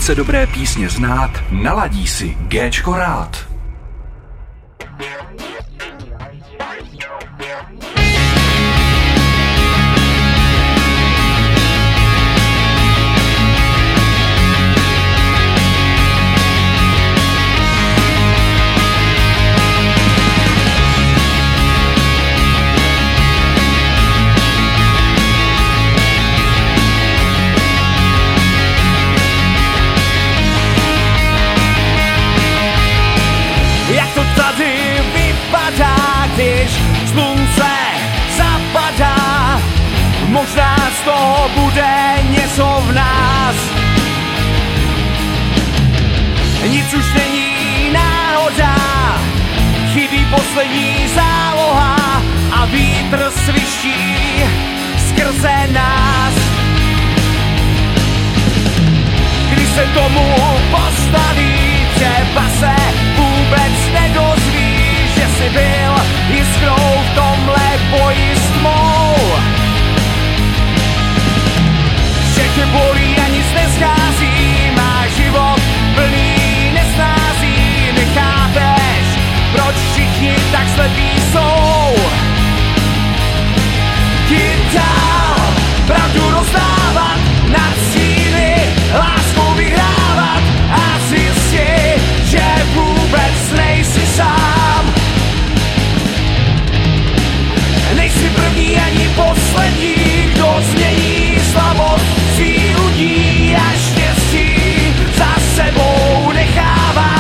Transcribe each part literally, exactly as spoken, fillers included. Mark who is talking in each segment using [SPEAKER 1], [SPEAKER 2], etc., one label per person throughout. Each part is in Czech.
[SPEAKER 1] chce dobré písně znát, naladí si Géčko rád.
[SPEAKER 2] Možná z toho bude něco v nás. Nic už není náhoda, chybí poslední záloha a vítr sviští skrze nás. Když se tomu postaví, třeba se vůbec nedozví, že jsi byl jiskrou v tomhle boji s tmou. Že tě bolí a nic neschází, máš život plný nesnází, nechápeš, proč všichni tak slepí jsou. Jít dál, pravdu rozdávat, nad síly láskou vyhrávat a zjistit, že vůbec nejsi sám. Nejsi první ani poslední, kdo změní slabost svých lidí a štěstí za sebou nechává.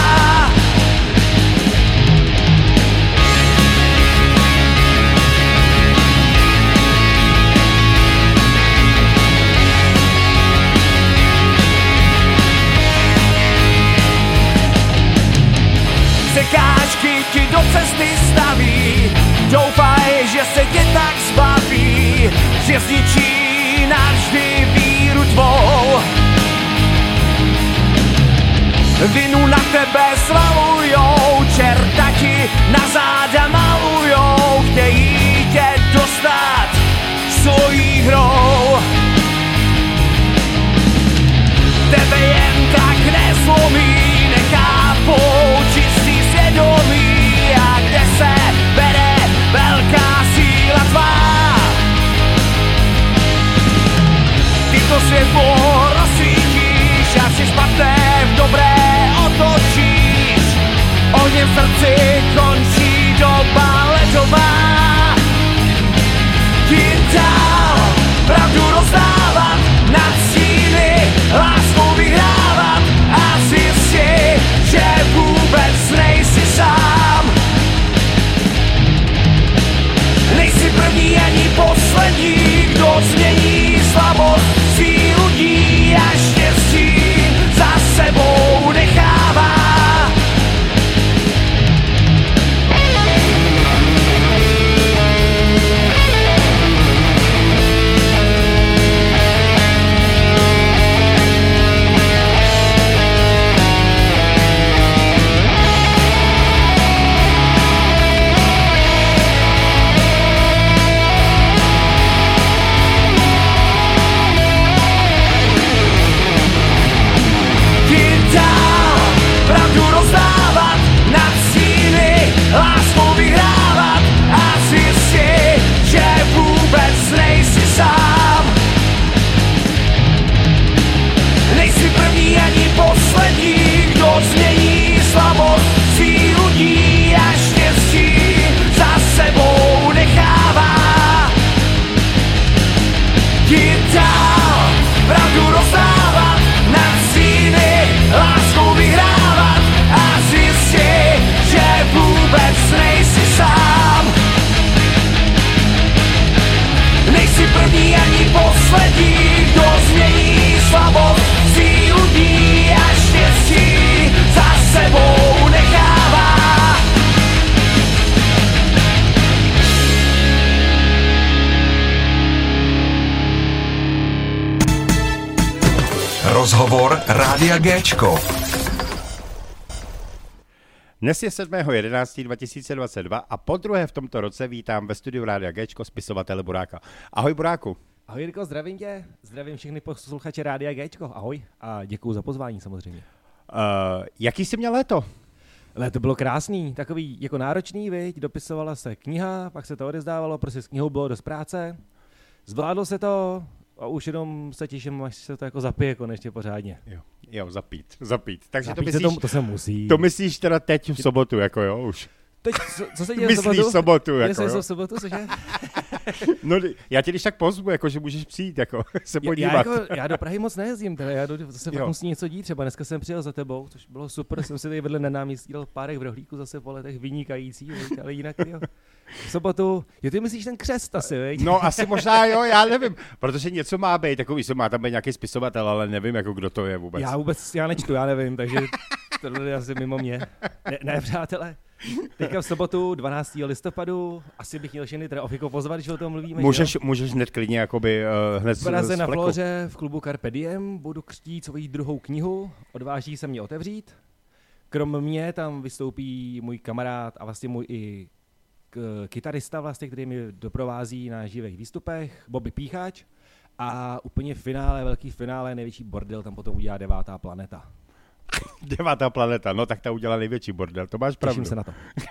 [SPEAKER 2] Překážky ti do cesty staví, doufaj, že se tě tak zbaví, že zničí navždy víru tvou. Vinu na tebe svalujou, čerta ti na záda malujou, chtějí tě dostat svojí hrou. Tebe jen tak nezlomí, nechápou čistý svědomí a kde se bere velká síla tvá. Ty to světlo rozsvítíš a si špatné v dobré otočíš. Ohněm v srdci končí doba ledová. Jít dál, pravdu rozdávat, nad síly láskou vyhrávat a zjistit, že vůbec nejsi sám. Nejsi první ani poslední, kdo změní slabost svých lidí a štěstí za sebou nechává. Láskou vyhrávat a zjistit, že vůbec nejsi sám. Nejsi první ani poslední, kdo změní slabost svých lidí a štěstí za sebou nechává. Jít dál, pravdu rozdávat, nad síly láskou vyhrávat a zjistit, že vůbec nejsi sám. Nejsi první ani poslední, kdo změní slabost svých lidí a štěstí za sebou nechává.
[SPEAKER 1] Rozhovor Rádia Géčko.
[SPEAKER 3] Dnes je sedmého jedenáctého dva tisíce dvacet dva a podruhé v tomto roce vítám ve studiu Rádia Géčko spisovatele Buráka. Ahoj Buráku.
[SPEAKER 2] Ahoj Jirko, zdravím tě, zdravím všechny posluchače Rádia Géčko, ahoj a děkuju za pozvání samozřejmě.
[SPEAKER 3] Uh, jaký jsi měl léto?
[SPEAKER 2] Léto bylo krásný, takový jako náročný, viď, dopisovala se kniha, pak se to odezdávalo, prostě s knihou bylo dost práce, zvládlo se to a už jenom se těším, až se to jako zapije konečně pořádně.
[SPEAKER 3] Jo, jo zapít, zapít. Takže
[SPEAKER 2] zapít
[SPEAKER 3] to myslíš,
[SPEAKER 2] to, to se musí.
[SPEAKER 3] To myslíš teda teď v sobotu, jako jo, už.
[SPEAKER 2] Teď, co, co se děje v sobotu?
[SPEAKER 3] Myslíš sobotu, jako
[SPEAKER 2] Jestli
[SPEAKER 3] jo?
[SPEAKER 2] v sobotu, cože?
[SPEAKER 3] No, já tě když tak pozvu, jako, že můžeš přijít, jako, se podívat.
[SPEAKER 2] Já, jako, já do Prahy moc nejezdím, teda, já do, zase fakt musí něco dít, třeba dneska jsem přijel za tebou, což bylo super, jsem si tady vedle na náměstí dal párek v rohlíku zase po letech vynikající, viď, ale jinak, jo. V sobotu, jo, ty myslíš ten křest asi, viď?
[SPEAKER 3] No asi možná jo, já nevím, protože něco má být, takový, co má tam být nějaký spisovatel, ale nevím, jako kdo to je vůbec.
[SPEAKER 2] Já vůbec, já nečtu, já nevím, takže tohle je asi mimo mě. Ne, ne přátelé. Teďka v sobotu dvanáctého listopadu, asi bych měl všechny teda Ofiko pozvat, když o tom mluvíme.
[SPEAKER 3] Můžeš, můžeš hned klidně jakoby uh, hned
[SPEAKER 2] v Praze
[SPEAKER 3] z
[SPEAKER 2] na
[SPEAKER 3] fleku.
[SPEAKER 2] Floře v klubu Carpe Diem budu křtít svoji druhou knihu, odváží se mě otevřít. Krom mě tam vystoupí můj kamarád a vlastně můj i k- kytarista vlastně, který mi doprovází na živých výstupech, Bobby Píchač. A úplně v finále, velký finále, největší bordel tam potom udělá Devátá planeta.
[SPEAKER 3] Devátá planeta, no tak ta udělá největší bordel, to máš pravdu.
[SPEAKER 2] Těším se na to.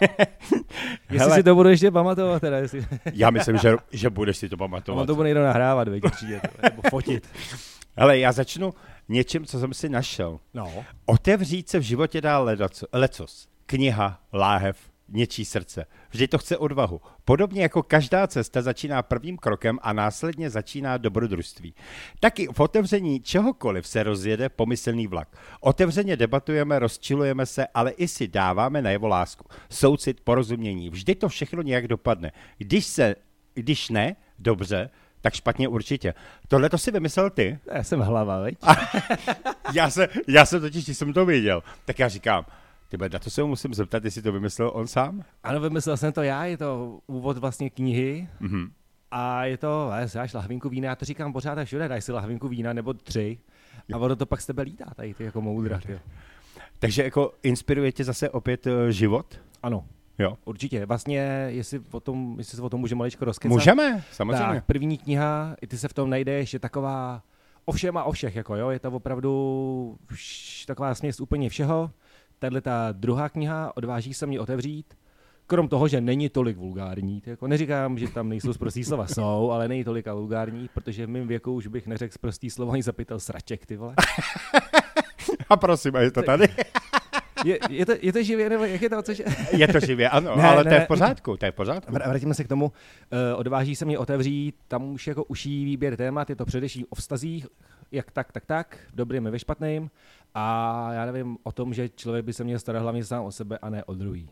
[SPEAKER 2] Jestli Hele, si to budu ještě pamatovat, teda jestli...
[SPEAKER 3] Já myslím, že, že budeš si to pamatovat.
[SPEAKER 2] On to bude někdo nahrávat, veď, určitě, nebo fotit.
[SPEAKER 3] Hele, já začnu něčím, co jsem si našel.
[SPEAKER 2] No.
[SPEAKER 3] Otevřít se v životě dá lecos. Kniha, láhev, něčí srdce. Vždy to chce odvahu. Podobně jako každá cesta začíná prvním krokem a následně začíná dobrodružství. Taky v otevření čehokoliv se rozjede pomyslný vlak. Otevřeně debatujeme, rozčilujeme se, ale i si dáváme najevo lásku. Soucit, porozumění. Vždy to všechno nějak dopadne. Když se, když ne, dobře, tak špatně určitě. Tohle to si vymyslel ty?
[SPEAKER 2] Já jsem hlava, veď?
[SPEAKER 3] já, se, já jsem totiž, když jsem to viděl, tak já říkám, tyhle, na to se ho musím zeptat, jestli to vymyslel on sám?
[SPEAKER 2] Ano, vymyslel jsem to já, je to úvod vlastně knihy
[SPEAKER 3] Mm-hmm.
[SPEAKER 2] a je to, já dáš lahvinku vína, já to říkám pořád a všude, daj si lahvinku vína nebo tři a ono to pak z tebe lítá, tady ty jako moudra. Ty.
[SPEAKER 3] Takže jako inspiruje tě zase opět uh, život?
[SPEAKER 2] Ano.
[SPEAKER 3] Jo.
[SPEAKER 2] Určitě. Vlastně, jestli, o tom, jestli se o tom můžeme maličko rozkecat.
[SPEAKER 3] Můžeme, samozřejmě.
[SPEAKER 2] Tak, první kniha, i ty se v tom najdeš, je taková o všem a o všech, jako jo, je to opravdu vš, taková směs úplně všeho. Tahle ta druhá kniha, Odváží se mě otevřít, krom toho, že není tolik vulgární, jako neříkám, že tam nejsou sprostý slova, jsou, ale není tolik vulgární, protože v mém věku už bych neřekl sprostý slovo ani zapytal sraček, ty vole.
[SPEAKER 3] A prosím, a je to tady?
[SPEAKER 2] Je, je, to, je to živě, nebo jak je to, což...
[SPEAKER 3] Je to živě, ano,
[SPEAKER 2] ne,
[SPEAKER 3] ale
[SPEAKER 2] ne,
[SPEAKER 3] to je v pořádku, to je v pořádku.
[SPEAKER 2] Vrátíme se k tomu, uh, Odváží se mě otevřít, tam už jako uší výběr témat, je to především o vztazích, jak tak, tak, tak, v dobrým i ve špatným, a já nevím o tom, že člověk by se měl starat hlavně sám o sebe a ne o druhý.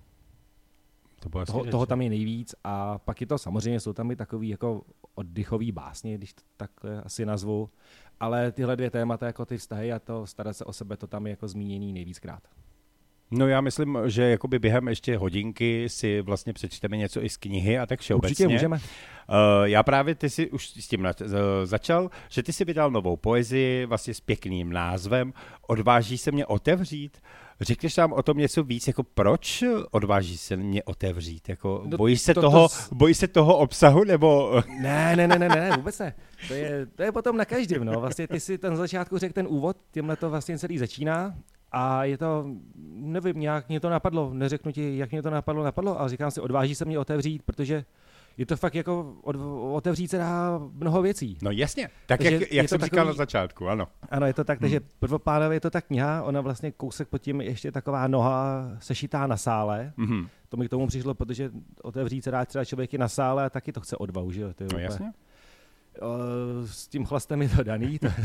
[SPEAKER 3] To
[SPEAKER 2] toho, toho tam je nejvíc a pak je to samozřejmě, jsou tam i takový jako oddychový básně, když to takhle asi nazvu, ale tyhle dvě témata, jako ty vztahy a to starat se o sebe, to tam je jako zmíněný nejvíckrát.
[SPEAKER 3] No já myslím, že jakoby během ještě hodinky si vlastně přečteme něco i z knihy a tak všeobecně.
[SPEAKER 2] Určitě můžeme.
[SPEAKER 3] Uh, já právě, ty si už s tím na, uh, začal, že ty si vydal novou poezii vlastně s pěkným názvem Odváží se mě otevřít. Řekneš nám o tom něco víc, jako proč odváží se mě otevřít? Jako,
[SPEAKER 2] no,
[SPEAKER 3] bojíš, se
[SPEAKER 2] to,
[SPEAKER 3] toho,
[SPEAKER 2] to...
[SPEAKER 3] bojíš se toho obsahu, nebo...
[SPEAKER 2] Ne, ne, ne, ne, ne, vůbec ne. To je, to je potom na každém, no. Vlastně ty si ten začátku řekl ten úvod, tímhle to vlastně celý začíná. A je to, nevím, nějak mě to napadlo, neřeknu ti, jak mě to napadlo, napadlo, ale říkám si, odváží se mě otevřít, protože je to fakt jako, od, otevřít se dá mnoho věcí.
[SPEAKER 3] No jasně, tak
[SPEAKER 2] takže
[SPEAKER 3] jak, jak jsem
[SPEAKER 2] takový,
[SPEAKER 3] říkal na začátku, ano.
[SPEAKER 2] Ano, je to tak,
[SPEAKER 3] hmm.
[SPEAKER 2] takže prvoplánově je to ta kniha, ona vlastně kousek pod tím ještě taková noha sešitá na sále,
[SPEAKER 3] Mm-hmm.
[SPEAKER 2] to mi k tomu přišlo, protože otevřít se dá třeba člověk je na sále a taky to chce odvahu, že jo?
[SPEAKER 3] No úplně. Jasně.
[SPEAKER 2] S tím chlastem je to daný, to,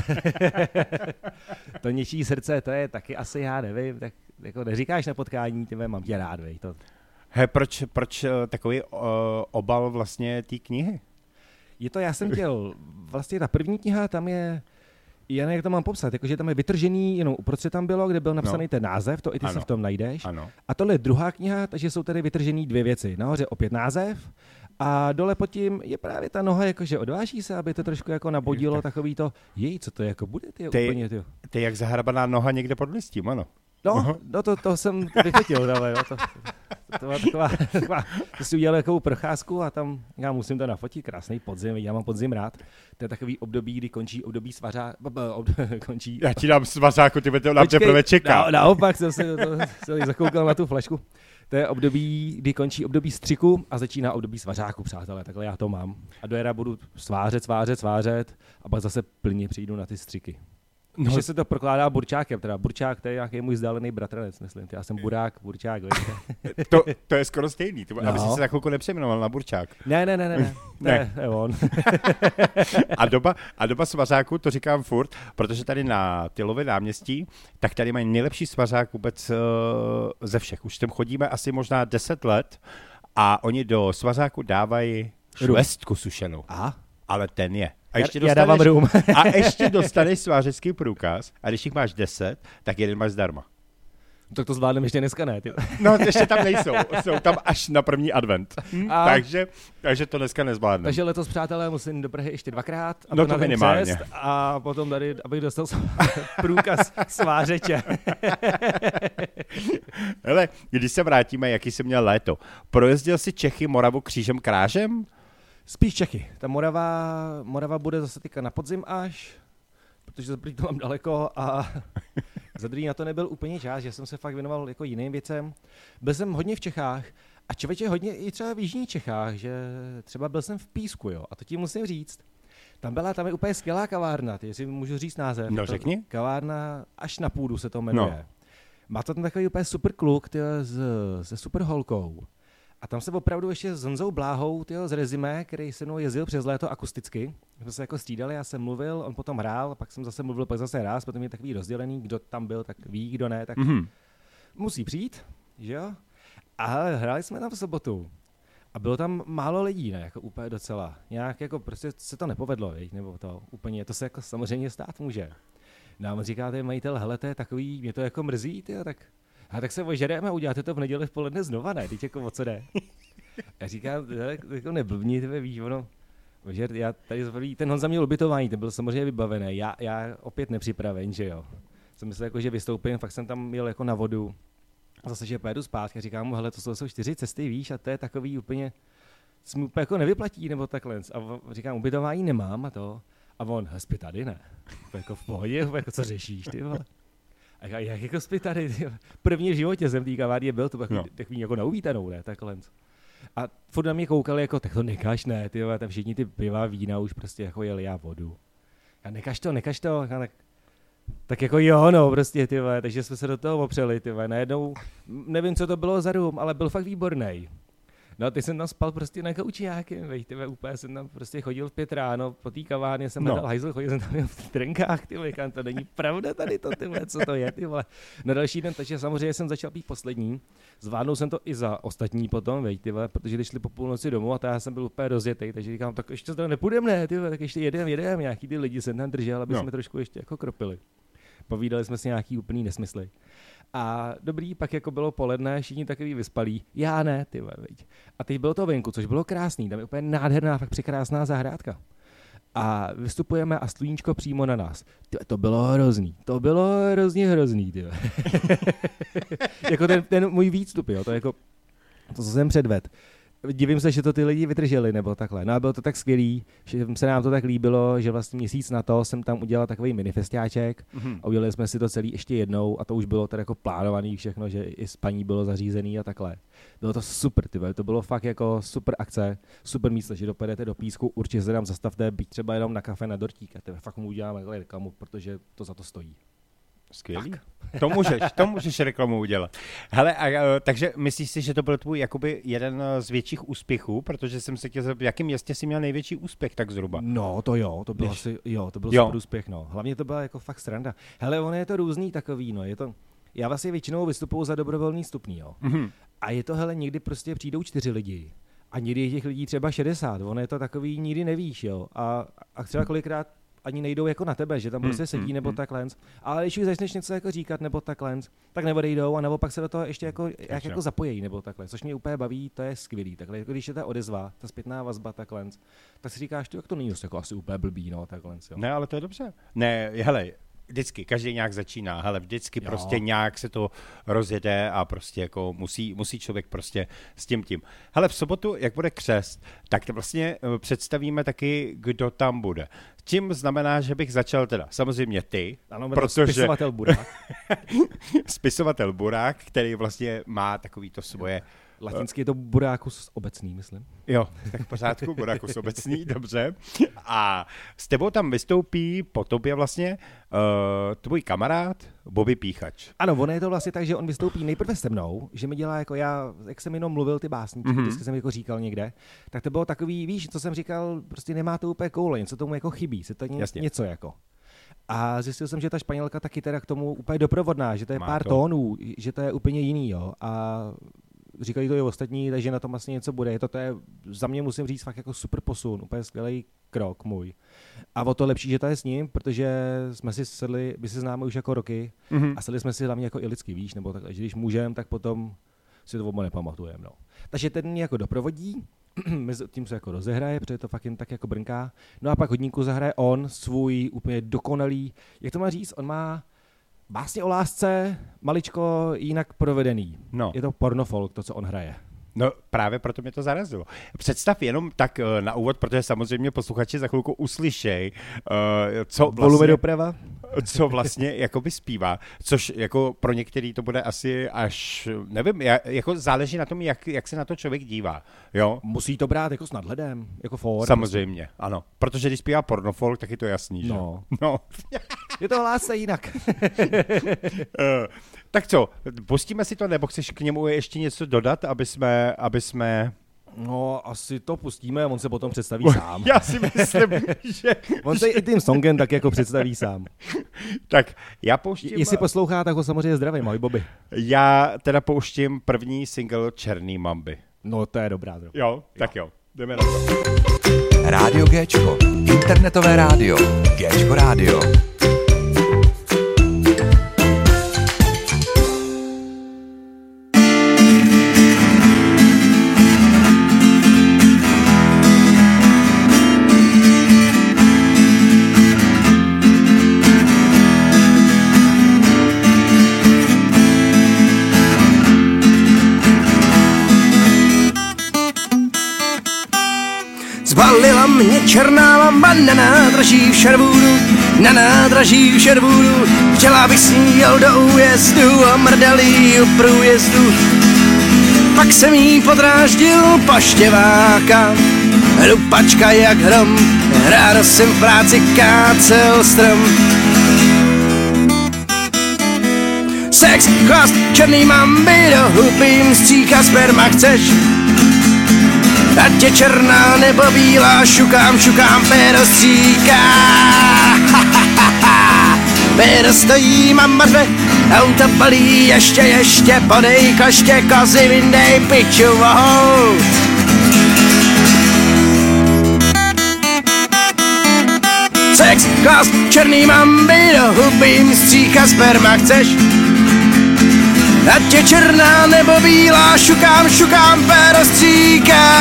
[SPEAKER 2] to něčí srdce, to je taky asi, já nevím, tak jako neříkáš na potkání, ty mám tě rád, vej, to.
[SPEAKER 3] He, proč, proč takový uh, obal vlastně té knihy?
[SPEAKER 2] Je to, já jsem chtěl, vlastně ta první kniha, tam je, já nevím, jak to mám popsat, jakože tam je vytržený, jenom uprostřed tam bylo, kde byl napsaný no. ten název, to i ty ano. se v tom najdeš.
[SPEAKER 3] Ano.
[SPEAKER 2] A tohle je druhá kniha, takže jsou tady vytržený dvě věci. Nahoře opět název a dole pod tím je právě ta noha, jakože odváží se, aby to trošku jako nabodilo tak. Takový to, jej, co to jako bude, ty, ty úplně, ty.
[SPEAKER 3] Ty jak zahrabaná noha někde pod listím, ano.
[SPEAKER 2] No, no to, to jsem vychytil, ale jo, to, To byla taková, taková, to si udělal takovou procházku a tam, já musím to nafotit, krásný podzim, já mám podzim rád. To je takový období, kdy končí období svařá, ob, končí.
[SPEAKER 3] Já ti dám svařáku, ty to na teprve čeká.
[SPEAKER 2] Na, naopak jsem se to, se zakoukal na tu flašku. To je období, kdy končí období střiku a začíná období svařáku, přátelé, takhle já to mám. A do jara budu svářet, svářet, svářet a pak zase plně přijdu na ty střiky. No. Ještě se to prokládá burčákem, teda burčák, to je nějaký můj vzdálený bratranec, myslím. Já jsem burák, burčák,
[SPEAKER 3] to, to je skoro stejný, to,
[SPEAKER 2] no.
[SPEAKER 3] Aby jsi se za chvilku nepřejmenoval na burčák.
[SPEAKER 2] Ne, ne, ne, ne, ne, ne. ne, on.
[SPEAKER 3] a, doba, a doba svařáku, to říkám furt, protože tady na Tylově náměstí, tak tady mají nejlepší svařák vůbec uh, ze všech. Už tam chodíme asi možná deset let a oni do svařáku dávají švestku sušenou.
[SPEAKER 2] Aha.
[SPEAKER 3] Ale ten je. A ještě,
[SPEAKER 2] já, já dávám rum.
[SPEAKER 3] a ještě dostaneš svářecký průkaz a když jich máš deset, tak jeden máš zdarma.
[SPEAKER 2] Tak to zvládneme ještě dneska ne. Ty.
[SPEAKER 3] No, ještě tam nejsou. Jsou tam až na první advent. Hm?
[SPEAKER 2] A...
[SPEAKER 3] Takže, takže to dneska nezvládneme.
[SPEAKER 2] Takže letos, přátelé, musím do Prahy ještě dvakrát. A
[SPEAKER 3] no to minimálně.
[SPEAKER 2] A potom tady, abych dostal průkaz svářeče.
[SPEAKER 3] Hele, když se vrátíme, jaký jsi měl léto. Projezdil jsi Čechy, Moravu křížem krážem?
[SPEAKER 2] Spíš Čechy. Ta Morava, Morava bude zase teďka na podzim až, protože za první to mám daleko a za druhý na to nebyl úplně čas, že jsem se fakt věnoval jako jiným věcem. Byl jsem hodně v Čechách a člověče hodně i třeba v jižních Čechách, že třeba byl jsem v Písku, jo, a to ti musím říct. Tam byla, tam je úplně skvělá kavárna, ty, jestli můžu říct název.
[SPEAKER 3] No řekni.
[SPEAKER 2] Kavárna Až na půdu se to jmenuje. No. Má to tam takový úplně super kluk, ty, s, se super holkou. A tam se opravdu ještě s Honzou Bláhou, tyjo, z Rezime, který se mnou jezdil přes léto akusticky. Jsme se jako střídali, já jsem mluvil, on potom hrál, pak jsem zase mluvil, pak zase hrál, potom je takový rozdělený, kdo tam byl, tak ví, kdo ne, tak mm-hmm. musí přijít, že jo? A hráli jsme tam v sobotu. A bylo tam málo lidí, ne, jako úplně docela. Nějak jako prostě se to nepovedlo, viď? Nebo to úplně, to se jako samozřejmě stát může. No a on říká, ten majitel, hele, to je takový, mě to jako mrzí, tyjo, tak... A tak se ožereme a uděláte to v neděli v poledne znova, ne? Teď jako o co jde? Já říkám, jako neblbni, tebe víš, ono, ožer, já tady ten Honza měl ubytování, ten byl samozřejmě vybavený, já, já opět nepřipraven, že jo. Jsem myslel, jako, že vystoupím, fakt jsem tam jel jako na vodu, a zase, že pojedu zpátky a říkám mu, hele, to jsou, jsou čtyři cesty, víš, a to je takový úplně, co mi úplně jako nevyplatí, nebo takhle. A říkám, ubytování nemám a to, a on, spí tady, ne? Jako v pohodě, jako co řešíš, ty vole. A já, jak jako spí tady, ty, první v životě jsem tý kavárně byl, to takový, no. takový jako na uvítanou, ne, takhle. A furt na mě koukali jako, tak to nekaž, ne, ty vole, tam všichni ty piva, vína už prostě jako jeli já vodu. A nekaž to, nekaž to, tak, tak jako jo, no, prostě, ty vole, takže jsme se do toho opřeli, ty vole, najednou, nevím, co to bylo za rum, ale byl fakt výborný. No a ty jsem tam spal prostě na gaučiákem, veď, tyhle, úplně jsem tam prostě chodil v pět ráno, po té kavárně jsem no. dal hajzl, chodil jsem tam v trenkách, ty vole, to není pravda tady to, ty vole, co to je, ty vole. Na další den, takže samozřejmě jsem začal být poslední, zvládnul jsem to i za ostatní potom, veď, ty vole, protože když šli po půlnoci domů a já jsem byl úplně rozjetý, takže říkám, tak ještě to nepůjdeme, ne, ty vole, tak ještě jedem, jedem, nějaký ty lidi jsem tam držel, aby no. jsme trošku ještě jako kropili. Povídali jsme si nějaký úplný nesmysly. A dobrý, pak jako bylo poledne, všichni takový vyspalí, já ne, ty veď. A teď bylo to venku, což bylo krásný, tam je úplně nádherná, fakt překrásná zahrádka. A vystupujeme a sluníčko přímo na nás. Tyve, to bylo hrozný, to bylo hrozně hrozný, ty. Jako ten, ten můj výstup, jo, to jako, to co jsem předvedl. Divím se, že to ty lidi vydrželi, nebo takhle. No a bylo to tak skvělý, že se nám to tak líbilo, že vlastně měsíc na to jsem tam udělal takový minifestiáček mm-hmm. a udělali jsme si to celý ještě jednou a to už bylo teda jako plánovaný všechno, že i spaní bylo zařízený a takhle. Bylo to super, tyhle. To bylo fakt jako super akce, super místo, že dopojedete do Písku, určitě se tam zastavte, být třeba jenom na kafe na dortík a tyhle fakt mu uděláme reklamu, protože to za to stojí.
[SPEAKER 3] Skvělý. To můžeš, to můžeš reklamu udělat. Hele, a, takže myslíš si, že to byl tvůj jakoby jeden z větších úspěchů, protože jsem se chtěl zeptat, v jakém městě jsi měl největší úspěch tak zhruba?
[SPEAKER 2] No, to jo, to byl
[SPEAKER 3] Když...
[SPEAKER 2] asi, jo, to byl
[SPEAKER 3] jo.
[SPEAKER 2] super úspěch, no. Hlavně to byla jako fakt sranda. Hele, ono je to různý takový, no, je to, já vlastně většinou vystupuju za dobrovolný stupný, jo. Mm-hmm. A je to, hele, někdy prostě přijdou čtyři lidi. A někdy je těch lidí třeba šedesát, ono je to takový, nikdy nevíš, jo. A, a třeba kolikrát ani nejdou jako na tebe, že tam prostě sedí nebo takhle. Ale když už začneš něco jako říkat nebo takhle, tak neodejdou a nebo pak se do toho ještě jako, jak jako zapojí nebo takhle, což mě úplně baví, to je skvělý. Takhle, jako když je ta odezva, ta zpětná vazba takhle, tak si říkáš, to jak to není jako asi úplně blbý, no takhle. Jo.
[SPEAKER 3] Ne, ale to je dobře. Ne, hele, vždycky, každý nějak začíná, hele, vždycky
[SPEAKER 2] Jo.
[SPEAKER 3] prostě nějak se to rozjede a prostě jako musí, musí člověk prostě s tím tím. Hele, v sobotu, jak bude křest, tak to vlastně uh, představíme taky, kdo tam bude. Tím znamená, že bych začal teda, samozřejmě ty,
[SPEAKER 2] Ano,
[SPEAKER 3] protože...
[SPEAKER 2] spisovatel Burák.
[SPEAKER 3] spisovatel Burák, který vlastně má takový to svoje...
[SPEAKER 2] Latinsky je to Burákus obecný, myslím.
[SPEAKER 3] Jo, tak v pořádku, Burákus obecný, dobře. A s tebou tam vystoupí po tobě vlastně uh, tvůj kamarád Bobby Píchač.
[SPEAKER 2] Ano, ono je to vlastně tak, že on vystoupí nejprve se mnou, že mi dělá jako já, jak jsem jenom mluvil ty básničky, mm-hmm. vždycky jsem jako říkal někde, tak to bylo takový, víš, co jsem říkal, prostě nemá to úplně koule, něco tomu jako chybí, se to ně, něco jako. A zjistil jsem, že ta Španělka taky teda k tomu úplně doprovodná, že to je má pár to. tónů, že to je úplně jiný, jo. A říkají to i ostatní, takže na tom vlastně něco bude. Je to, to je, za mě musím říct fakt jako super posun, úplně skvělý krok můj. A o to lepší, že to je s ním, protože jsme si sedli, my si známe už jako roky mm-hmm. a sedli jsme si hlavně jako i lidsky, víš, nebo tak, že když můžeme, tak potom si to oba nepamatujeme. No. Takže ten mě jako doprovodí, tím se jako rozehraje, protože to fakt jen tak jako brnká. No a pak hodníku zahraje on svůj úplně dokonalý, jak to má říct, on má básně o lásce, maličko jinak provedený. No. Je to pornofolk, to, co on hraje.
[SPEAKER 3] No právě proto mě to zarazilo. Představ jenom tak uh, na úvod, protože samozřejmě posluchači za chvilku uslyšej, uh, co vlastně,
[SPEAKER 2] doprava?
[SPEAKER 3] co vlastně jakoby zpívá, což jako pro některý to bude asi až, nevím, jako záleží na tom, jak, jak se na to člověk dívá, jo?
[SPEAKER 2] Musí to brát jako s nadhledem, jako for.
[SPEAKER 3] Samozřejmě, prostě. Ano, protože když zpívá pornofolk, tak je to jasný, že?
[SPEAKER 2] No.
[SPEAKER 3] no.
[SPEAKER 2] Je to lásce jinak.
[SPEAKER 3] uh, tak co, pustíme si to, nebo chceš k němu ještě něco dodat, aby jsme, aby jsme...
[SPEAKER 2] No, asi to pustíme, on se potom představí sám.
[SPEAKER 3] Já si myslím, že...
[SPEAKER 2] On se i tím songem tak jako představí sám.
[SPEAKER 3] Tak, já pouštím...
[SPEAKER 2] Jestli poslouchá, tak ho samozřejmě zdravím, ahoj Bobby.
[SPEAKER 3] Já teda pouštím první single Černý mamby.
[SPEAKER 2] No, to je dobrá. To.
[SPEAKER 3] Jo, jo, tak jo, jdeme na to.
[SPEAKER 1] Rádio Géčko, internetové rádio, Géčko rádio.
[SPEAKER 4] Zbalila mě černá mamba na nádraží v Sherwoodu, na nádraží v Sherwoodu. Chtěla bych s ní jel do újezdu a mrdalí u průjezdu. Pak jsem jí podráždil paštěváka, hlupačka jak hrom, ráno jsem v práci kácel strom. Sex, chlast, černý mamby, do hubým stříka sperma chceš. Ať je černá nebo bílá, šukám, šukám, péro stříká. Péro stojí, mamba řve, auto balí, ještě, ještě, podej kleště, kozy, vyndej piču, vohou. Sex, chlast, černý mamby, do hubým stříka sperma chceš. Ať je černá nebo bílá, šukám, šukám, péro stříká.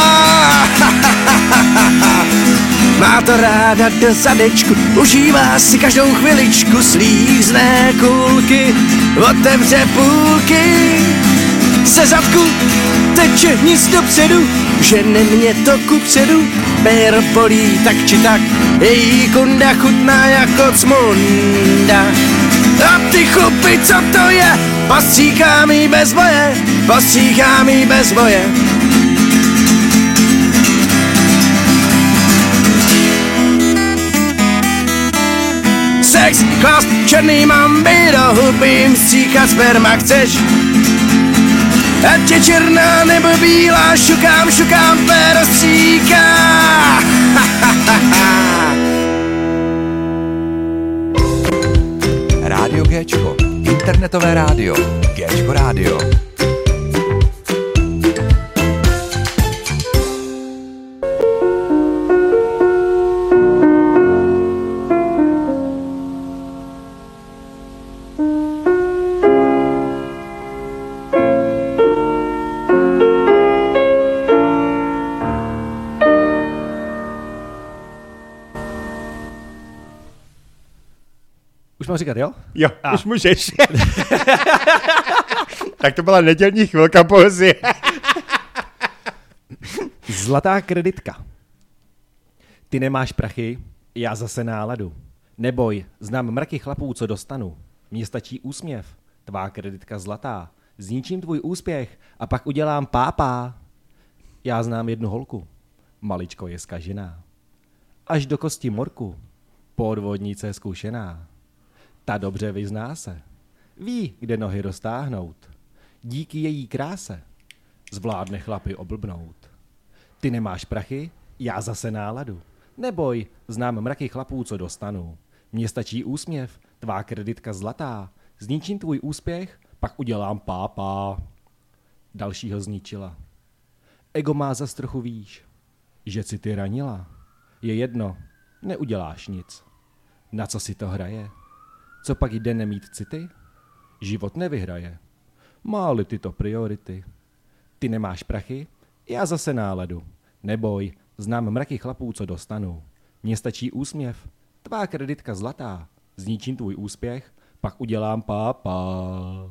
[SPEAKER 4] Má to ráda do zadečku, užívá si každou chviličku, slízné kulky, otevře půlky. Ze zadku teče nic dopředu, žene mě to kupředu, péro polí tak či tak, její kunda chutná jako cmunda. A ty chupy, co to je? Postříká mi bez boje, postříká mi bez boje. Sex, chlast, černý mamby, do hubým stříkat sperma chceš. Ať je černá nebo bílá, šukám, šukám, péro stříká.
[SPEAKER 1] Rádio Géčko, internetové rádio, Géčko rádio.
[SPEAKER 2] mám říkat, jo?
[SPEAKER 3] Jo, A. už můžeš. Tak to byla nedělní chvilka poezie.
[SPEAKER 2] Zlatá kreditka. Ty nemáš prachy, já zase náladu. Neboj, znám mraky chlapů, co dostanu. Mně stačí úsměv, tvá kreditka zlatá. Zničím tvůj úspěch a pak udělám pápá. Já znám jednu holku, maličko je zkažená. Až do kosti morku, podvodnice zkušená. Ta dobře vyzná se, ví, kde nohy roztáhnout. Díky její kráse zvládne chlapy oblbnout. Ty nemáš prachy, já zase náladu. Neboj, znám mraky chlapů, co dostanu. Mně stačí úsměv, tvá kreditka zlatá. Zničím tvůj úspěch, pak udělám pápá. Dalšího zničila. Ego má zas trochu výš, že si ty ranila. Je jedno, neuděláš nic. Na co si to hraje? Co pak jde nemít city? Život nevyhraje. Má-li tyto priority. Ty nemáš prachy? Já zase náladu. Neboj, znám mraky chlapů, co dostanu. Mně stačí úsměv, tvá kreditka zlatá. Zničím tvůj úspěch, pak udělám pápá.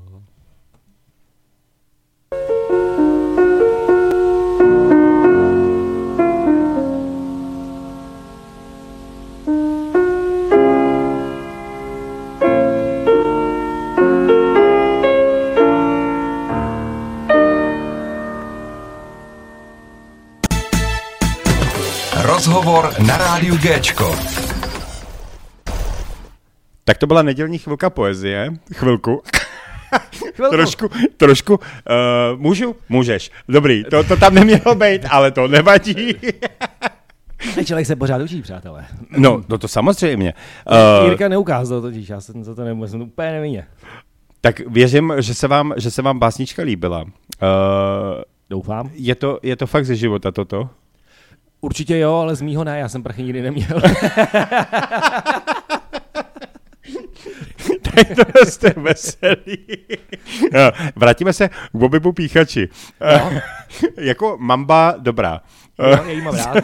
[SPEAKER 1] Rozhovor na rádiu Géčko.
[SPEAKER 3] Tak to byla nedělní chvilka poezie. Chvilku.
[SPEAKER 2] Chvilku.
[SPEAKER 3] trošku, trošku. Uh, můžu? Můžeš. Dobrý, to, to tam nemělo být, ale to nevadí.
[SPEAKER 2] Člověk se pořád učí, přátelé.
[SPEAKER 3] No, no to samozřejmě.
[SPEAKER 2] Uh, Jirka neukázal totiž, já jsem za to nemůžu, jsem to úplně nevinně.
[SPEAKER 3] Tak věřím, že se vám, že se vám básnička líbila. Uh,
[SPEAKER 2] Doufám.
[SPEAKER 3] Je to, je to fakt ze života toto?
[SPEAKER 2] Určitě jo, ale z mýho ne, já jsem prachy nikdy neměl.
[SPEAKER 3] Tak to jste veselý. No, vrátíme se k Bobbybu Píchači. No. Jako mamba dobrá.
[SPEAKER 2] Jo, já jí mám rád.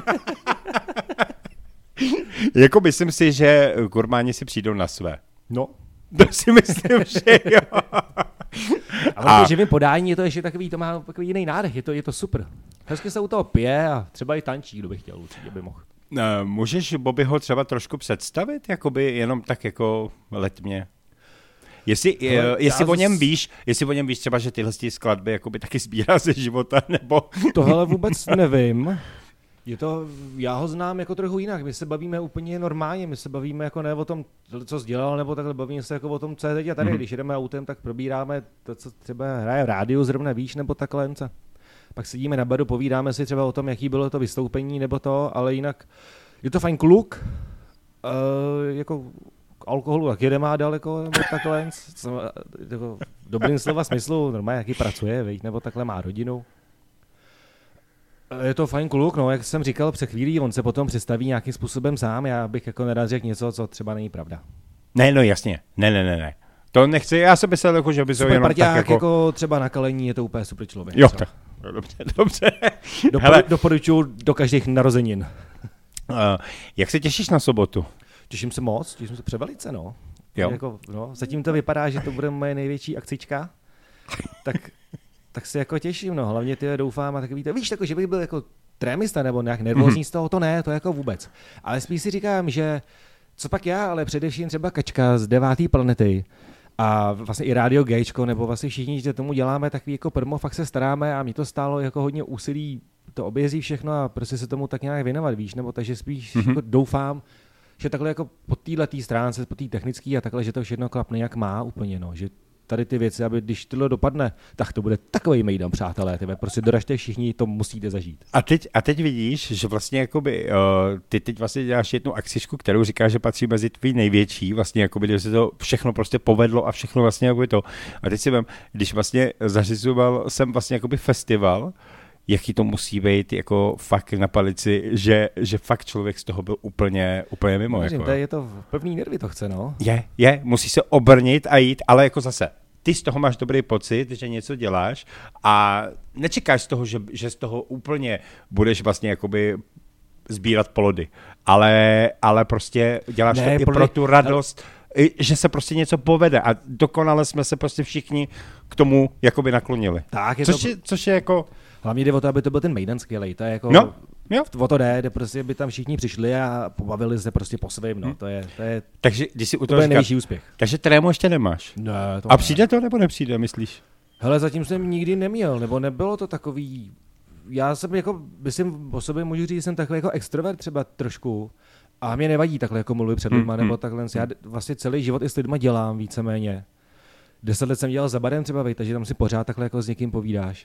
[SPEAKER 3] Jako myslím si, že gurmáni si přijdou na své.
[SPEAKER 2] No.
[SPEAKER 3] To si myslím, že jo.
[SPEAKER 2] Ale v živým podání je to ještě takový, to má takový jiný nádech, je to, je to super. Hezky se u toho pije a třeba i tančí, kdo by chtěl, určitě by mohl.
[SPEAKER 3] Můžeš Bobbyho třeba trošku představit, jakoby jenom tak jako letmě? Jestli, Hele, jestli o něm víš, jestli o něm víš třeba, že tyhle skladby jakoby taky sbírá ze života, nebo...
[SPEAKER 2] Tohle vůbec nevím. Je to, já ho znám jako trochu jinak, my se bavíme úplně normálně, my se bavíme jako ne o tom, co jsi dělal, nebo takhle bavíme se jako o tom, co je teď a tady, mm-hmm. Když jdeme autem, tak probíráme to, co třeba hraje v rádiu, zrovna víš, nebo takhle. Pak sedíme na baru, povídáme si třeba o tom, jaký bylo to vystoupení, nebo to, ale jinak je to fajn kluk, uh, jako k alkoholu tak jede má daleko, nebo takhle, jako v dobrým slova smyslu, normálně jaký pracuje, víš, nebo takhle má rodinu. Je to fajn kluk, no, jak jsem říkal před chvílí, on se potom představí nějakým způsobem sám, já bych jako nerad řekl něco, co třeba není pravda.
[SPEAKER 3] Ne, no jasně, ne, ne, ne, ne. To nechci, já jsem myslel, jako, že by se jenom tak jako...
[SPEAKER 2] jako třeba na Kalení je to úplně super člověk.
[SPEAKER 3] Jo, tak, dobře, dobře.
[SPEAKER 2] Doporu, doporučuji do každých narozenin.
[SPEAKER 3] Uh, jak se těšíš na sobotu?
[SPEAKER 2] Těším se moc, těším se převelice, no.
[SPEAKER 3] Jo.
[SPEAKER 2] Jako, no. Zatím to vypadá, že to bude moje největší akcička, tak... Tak se jako těším, no, hlavně ty doufám a takový to, víš, jako, že bych byl jako trémista nebo nějak nervózní mm-hmm. z toho, to ne, to jako vůbec. Ale spíš si říkám, že co pak já, ale především třeba Kačka z deváté planety a vlastně i Radio Géčko, nebo vlastně všichni, že tomu děláme takový jako promo, fakt se staráme a mě to stálo jako hodně úsilí to objezdí všechno a prostě se tomu tak nějak věnovat, víš, nebo takže spíš mm-hmm. jako doufám, že takhle jako po této stránce, po té technické a takhle, že to všechno klapne jak má úplně, no, že tady ty věci, aby když tohle dopadne, tak to bude takový mejdan, přátelé, tyhle, prostě doražte všichni, to musíte zažít.
[SPEAKER 3] A teď, a teď vidíš, že vlastně jakoby, uh, ty teď vlastně děláš jednu akcičku, kterou říkáš, že patří mezi tvý největší, vlastně jakoby, že se to všechno prostě povedlo a všechno vlastně jakoby to. A teď si vem, když vlastně zařizoval jsem vlastně jakoby festival, jaký to musí být jako fakt na palici, že, že fakt člověk z toho byl úplně, úplně mimo.
[SPEAKER 2] Věřím,
[SPEAKER 3] jako.
[SPEAKER 2] To je to pevný nervy to chce, no.
[SPEAKER 3] Je, je, musí se obrnit a jít, ale jako zase, ty z toho máš dobrý pocit, že něco děláš a nečekáš z toho, že, že z toho úplně budeš vlastně jakoby sbírat plody, ale, ale prostě děláš ne, to i plody, pro tu radost, že se prostě něco povede a dokonale jsme se prostě všichni k tomu jakoby naklonili.
[SPEAKER 2] Tak, je
[SPEAKER 3] což,
[SPEAKER 2] to...
[SPEAKER 3] je, což je jako...
[SPEAKER 2] Hlavně jde o to, aby to byl ten Mejdan skvělej, to je jako...
[SPEAKER 3] No, jo.
[SPEAKER 2] O to jde, jde prostě, by tam všichni přišli a pobavili se prostě po svým, no,
[SPEAKER 3] hmm.
[SPEAKER 2] to je, to je,
[SPEAKER 3] takže, když si u
[SPEAKER 2] to
[SPEAKER 3] toho
[SPEAKER 2] je
[SPEAKER 3] říká,
[SPEAKER 2] nejvyšší úspěch.
[SPEAKER 3] Takže trému ještě nemáš.
[SPEAKER 2] Ne, to
[SPEAKER 3] a
[SPEAKER 2] ne.
[SPEAKER 3] přijde to nebo nepřijde, myslíš?
[SPEAKER 2] Hele, zatím jsem nikdy neměl, nebo nebylo to takový... Já jsem jako, myslím o sobě můžu říct, že jsem takový jako extrovert třeba trošku a mě nevadí takhle jako mluvit před lidma,
[SPEAKER 3] hmm.
[SPEAKER 2] nebo takhle. Já vlastně celý život i s lidma dělám víceméně. Deset let jsem dělal za barem třeba, vej, takže tam si pořád takhle jako s někým povídáš.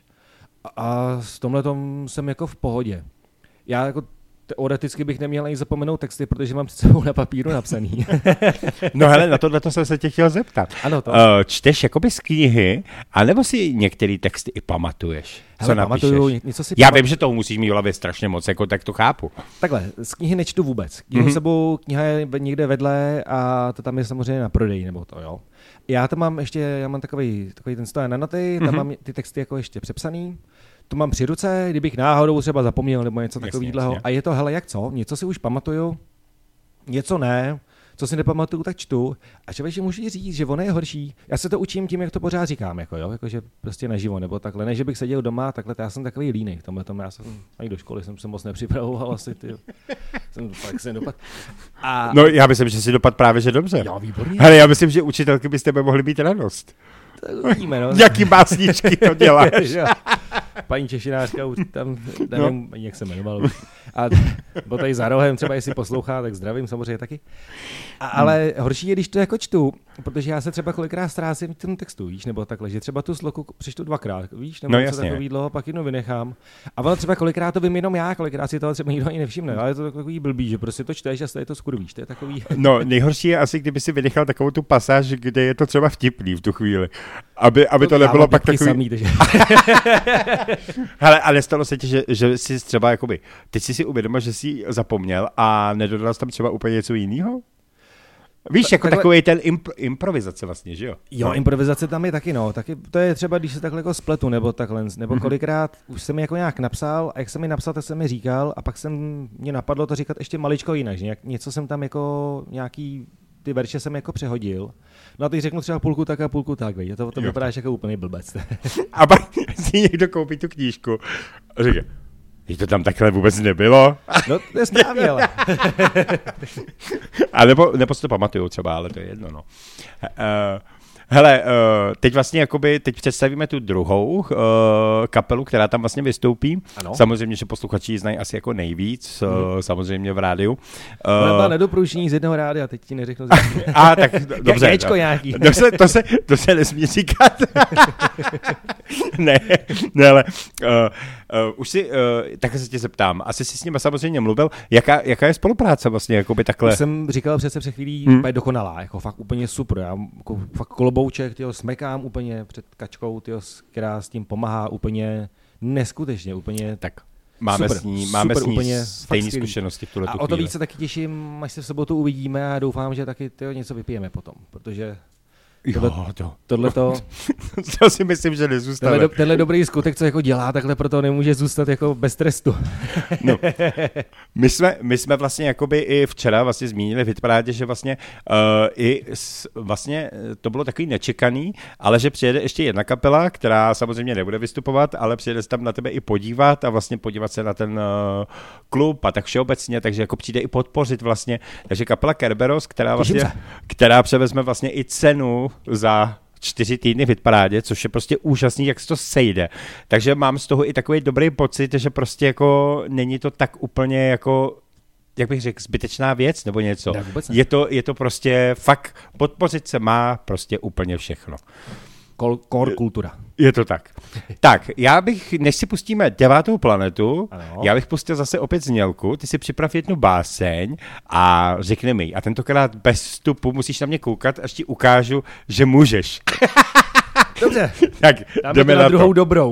[SPEAKER 2] A s tomhletom jsem jako v pohodě. Já jako teoreticky bych neměl ani zapomenout texty, protože mám před sebou na papíru napsaný.
[SPEAKER 3] No hele, na tohle jsem se tě chtěl zeptat.
[SPEAKER 2] Ano, to.
[SPEAKER 3] Uh, čteš jakoby z knihy, anebo si některé texty i pamatuješ?
[SPEAKER 2] Hele,
[SPEAKER 3] co napíšeš?
[SPEAKER 2] pamatuju, něco si
[SPEAKER 3] Já
[SPEAKER 2] pamat...
[SPEAKER 3] vím, že toho musíš mít v hlavě strašně moc, jako tak to chápu.
[SPEAKER 2] Takhle, z knihy nečtu vůbec. Knihu mm-hmm. sebou, kniha je někde vedle a to tam je samozřejmě na prodej, nebo to jo. Já tam mám ještě, já mám takový, takový ten stojan na noty, tam mm-hmm. mám ty texty jako ještě přepsaný. To mám při ruce, kdybych náhodou třeba zapomněl nebo něco takového. A je to, hele, jak co? Něco si už pamatuju, něco ne, co si nepamatuju, tak čtu. A člověk můžu říct, že ono je horší. Já se to učím tím, jak to pořád říkám, jako jo, jakože prostě naživo, nebo takhle. Ne, že bych seděl doma, takhle, já jsem takový línej v tomhle tom. Já jsem ani do školy jsem se moc nepřipravoval asi, ty. Jsem fakt se dopad. A...
[SPEAKER 3] No, já myslím, že si dopad právě, že dobře.
[SPEAKER 2] Jo, výborně.
[SPEAKER 3] Hele, já myslím, že učitelky by s tebe mohly být radost.
[SPEAKER 2] Uvidíme, no.
[SPEAKER 3] Jaký básničky to děláš?
[SPEAKER 2] Paní Češinářka už tam, nevím, no. Jak se jmenoval. A byl tady za rohem, třeba jestli poslouchá, tak zdravím samozřejmě taky. A, ale hmm. horší je, když to jako čtu, protože já se třeba kolikrát ztrácím v tom textu, víš, nebo takhle, že třeba tu sloku přečtu dvakrát, víš, nebo
[SPEAKER 3] no,
[SPEAKER 2] něco takový dlouho, pak jednou vynechám. A ono třeba kolikrát to vím jenom já, kolikrát si toho třeba nikdo ani nevšimne, ale je to takový blbý, že prostě to čteš a je to skurvíš, to je takový.
[SPEAKER 3] No, nejhorší je asi, kdyby si vynechal takovou tu pasáž, kde je to třeba vtipný v tu chvíli. Aby, aby to, to nebylo pak takový...
[SPEAKER 2] Samý, takže...
[SPEAKER 3] Hele, ale stalo se ti, že, že jsi třeba jakoby, teď jsi si uvědomil, že jsi zapomněl a nedodal jsi tam třeba úplně něco jiného? Víš, jako takhle... takový ten impro, improvizace vlastně, že jo?
[SPEAKER 2] Jo,
[SPEAKER 3] no.
[SPEAKER 2] Improvizace tam je taky, no. Taky to je třeba, když se takhle jako spletu, nebo takhle, nebo mm-hmm. kolikrát už jsem mi jako nějak napsal a jak jsem mi napsal, tak jsem mi říkal a pak jsem, mě napadlo to říkat ještě maličko jinak, že nějak, něco jsem tam jako, nějaký, ty verše jsem jako přehodil. No a teď řeknu třeba půlku tak a půlku tak, veď, to, to vypadáš jako úplný blbec.
[SPEAKER 3] A pak si někdo koupí tu knížku a říká, že to tam takhle vůbec nebylo.
[SPEAKER 2] No, to je správně, ale.
[SPEAKER 3] a nebo, nebo si to pamatuju třeba, ale to je jedno, no. Uh, hele, uh, teď vlastně jakoby, teď představíme tu druhou uh, kapelu, která tam vlastně vystoupí. Ano. Samozřejmě, že posluchači ji znají asi jako nejvíc, hmm. uh, samozřejmě v rádiu. Uh,
[SPEAKER 2] Ona byla nedoprůjší z jednoho rádia, teď ti neřeknu.
[SPEAKER 3] A tak dobře.
[SPEAKER 2] Géčko no. Nějaký.
[SPEAKER 3] To se, to se, to se nesmí říkat. ne, ne, ale uh, uh, už si, uh, takhle se tě zeptám, asi jsi s nimi samozřejmě mluvil, jaká, jaká je spolupráce vlastně, jakoby takhle?
[SPEAKER 2] Už jsem říkal přece před chvílí, hmm. dokonalá, jako fakt úplně super, já jako fakt kolobouček, tyjo, smekám úplně před Kačkou, tyjo, která s tím pomáhá úplně neskutečně, úplně tak.
[SPEAKER 3] Máme
[SPEAKER 2] super,
[SPEAKER 3] s ní, máme
[SPEAKER 2] super,
[SPEAKER 3] s ní
[SPEAKER 2] úplně
[SPEAKER 3] stejné zkušenosti v tuhle
[SPEAKER 2] A o to víc se taky těším, až se v sobotu uvidíme a doufám, že taky tyjo, něco vypijeme potom, protože
[SPEAKER 3] Tohle, jo, to.
[SPEAKER 2] Tohleto,
[SPEAKER 3] to si myslím, že nezůstane.
[SPEAKER 2] Tenhle, do, tenhle dobrý skutek, co jako dělá, takhle proto nemůže zůstat jako bez trestu.
[SPEAKER 3] No. My jsme, my jsme vlastně jakoby i včera vlastně zmínili v hitparádě, že vlastně uh, i s, vlastně to bylo takový nečekaný, ale že přijede ještě jedna kapela, která samozřejmě nebude vystupovat, ale přijede se tam na tebe i podívat a vlastně podívat se na ten uh, klub a tak všeobecně, takže jako přijde i podpořit vlastně. Takže kapela Kerberos, která vlastně, která převezme vlastně i cenu za čtyři týdny v hitparádě, což je prostě úžasný, jak se to sejde. Takže mám z toho i takový dobrý pocit, že prostě jako není to tak úplně jako, jak bych řekl, zbytečná věc nebo něco. Je to, je to prostě fakt, podpořit se má prostě úplně všechno.
[SPEAKER 2] Core kultura.
[SPEAKER 3] Je to tak. Tak, já bych, než si pustíme devátou planetu, ano. Já bych pustil zase opět znělku, ty si připrav jednu báseň a řekni mi, a tentokrát bez vstupu musíš na mě koukat, až ti ukážu, že můžeš.
[SPEAKER 2] Dobře,
[SPEAKER 3] tak jdeme
[SPEAKER 2] na,
[SPEAKER 3] na
[SPEAKER 2] druhou
[SPEAKER 3] to.
[SPEAKER 2] dobrou.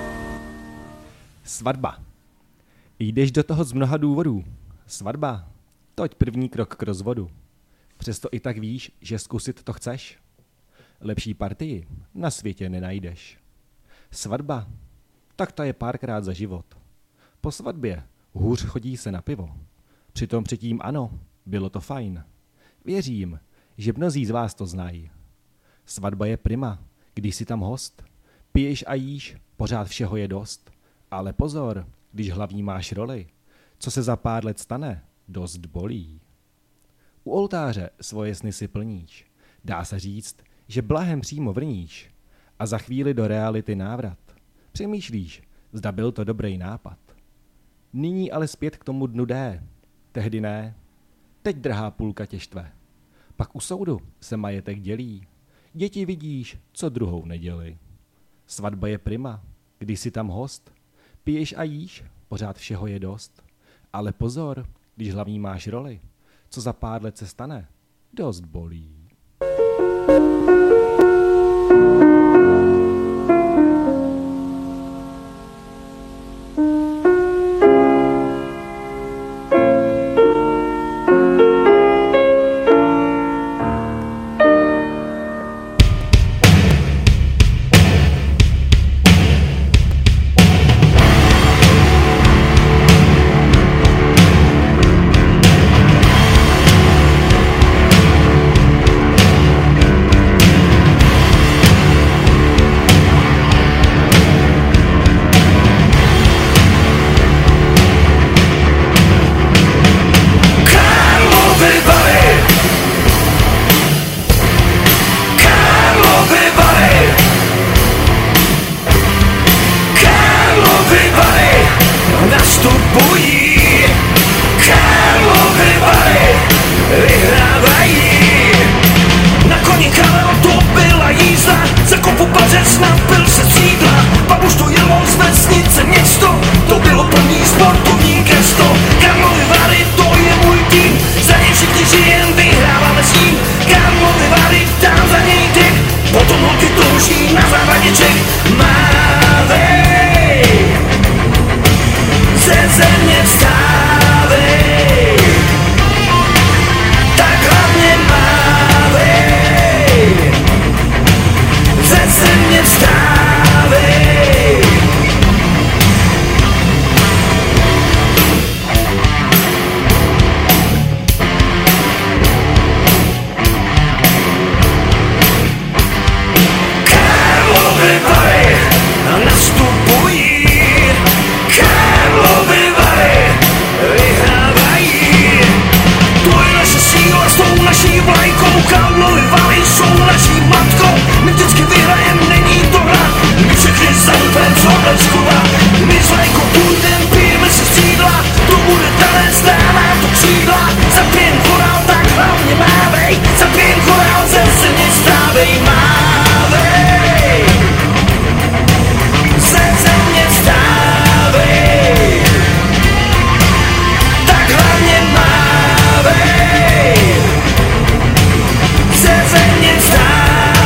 [SPEAKER 2] Svatba. Jdeš do toho z mnoha důvodů. Svatba. Toť první krok k rozvodu. Přesto i tak víš, že zkusit to chceš? Lepší partii na světě nenajdeš. Svatba, tak ta je párkrát za život. Po svatbě hůř chodí se na pivo. Přitom předtím ano, bylo to fajn. Věřím, že mnozí z vás to znají. Svatba je prima, když si tam host. Piješ a jíš, pořád všeho je dost. Ale pozor, když hlavní máš roli. Co se za pár let stane, dost bolí. U oltáře svoje sny si plníš. Dá se říct, že blahem přímo vrníš. A za chvíli do reality návrat. Přemýšlíš, zda byl to dobrý nápad. Nyní ale zpět k tomu dnu D. Tehdy ne. Teď drahá půlka tě štve. Pak u soudu se majetek dělí. Děti vidíš, co druhou neděli. Svatba je prima, když si tam host. Piješ a jíš, pořád všeho je dost. Ale pozor, když hlavní máš roli. Co za pár let se stane, dost bolí.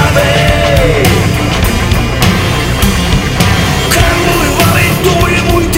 [SPEAKER 4] Karlovy Vary, to je můj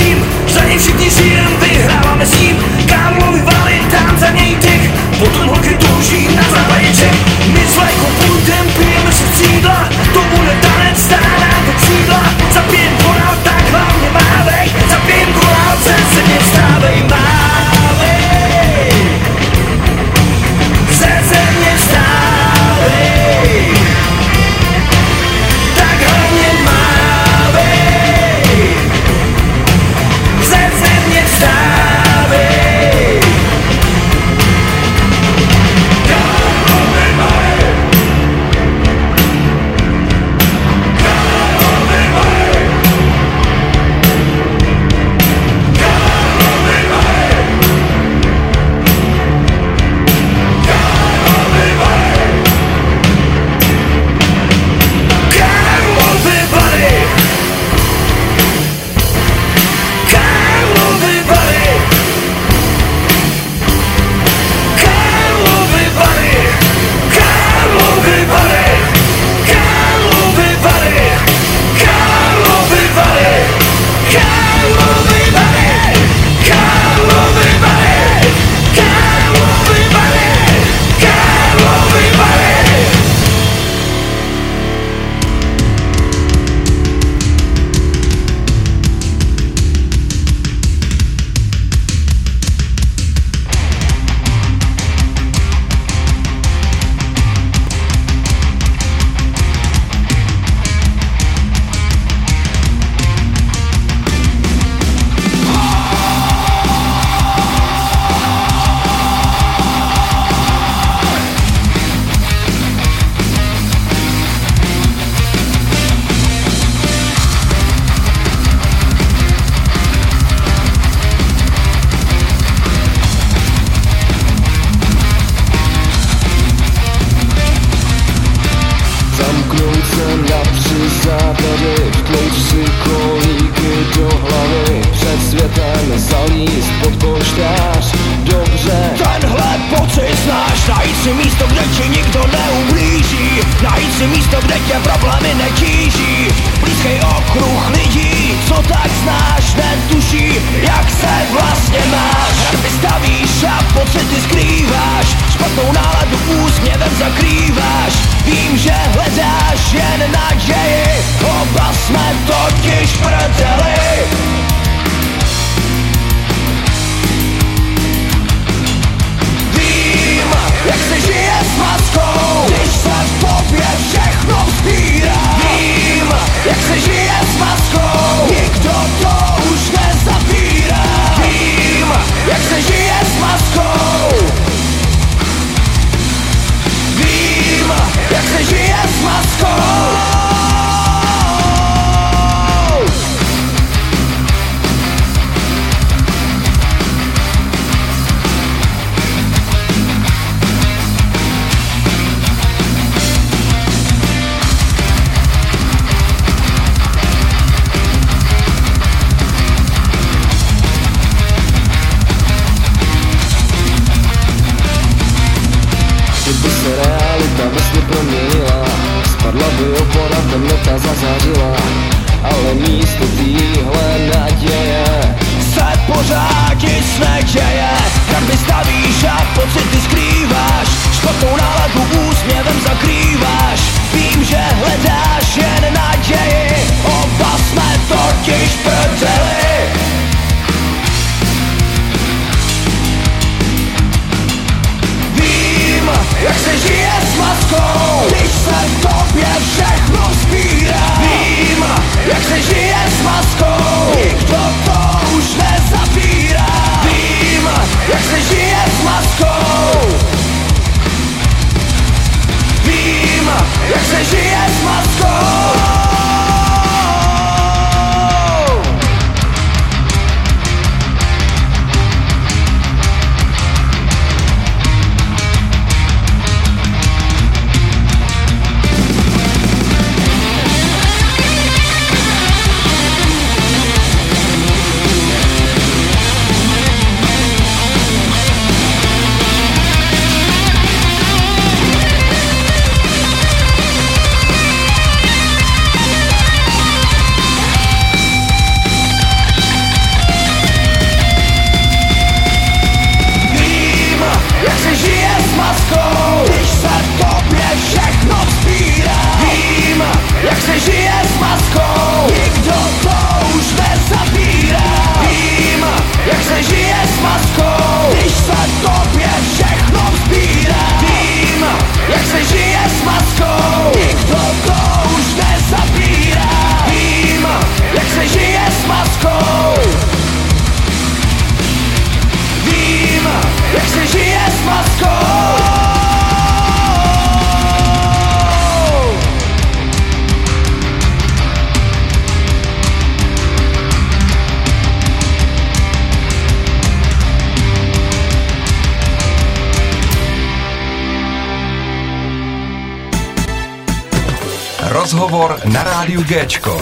[SPEAKER 5] záběry, vtlouct si kolíky do hlavy, před světem zalíst pod polštář. Dobře, tenhle pocit znáš, najít si místo, kde ti nikdo neublíží, najít si místo, kde tě problémy netíží, blízký okruh lidí, co tak znáš, netuší, jak se vlastně máš. Hradby stavíš a pocity skrýváš, špatnou náladu úsměvem zakrýváš. Vím, že hledáš jen naději, oba jsme totiž prdeli. Vím, jak se žije s maskou, když se v tobě všechno vzpírá. Vím, jak se žije s maskou, nikdo to už nezapírá. Vím, jak se žije s maskou. Vím, jak se žije s maskou. Kdyby se realita ve snu proměnila, spadla by opora, temnota zazářila, ale místo týhle naděje se pořád nic neděje. Hradby stavíš a pocity skrýváš, špatnou náladu úsměvem zakrýváš. Vím, že hledáš jen naději, oba jsme totiž prdeli. Jak se žije s maskou, když se v tobě všechno vzpírá. Vím, jak se žije s maskou, nikdo to už nezapírá. Vím, jak se žije s maskou. Vím, jak se žije s maskou. Jak se žije s maskou, nikdo to už nezapírá. Vím, jak se žije s maskou, když se tobě všechno vzpírá. Vím, jak se žije s maskou, nikdo to už nezapírá. Vím, jak se žije s maskou. Vím, jak se žije s maskou.
[SPEAKER 1] Rozhovor na rádiu Géčko.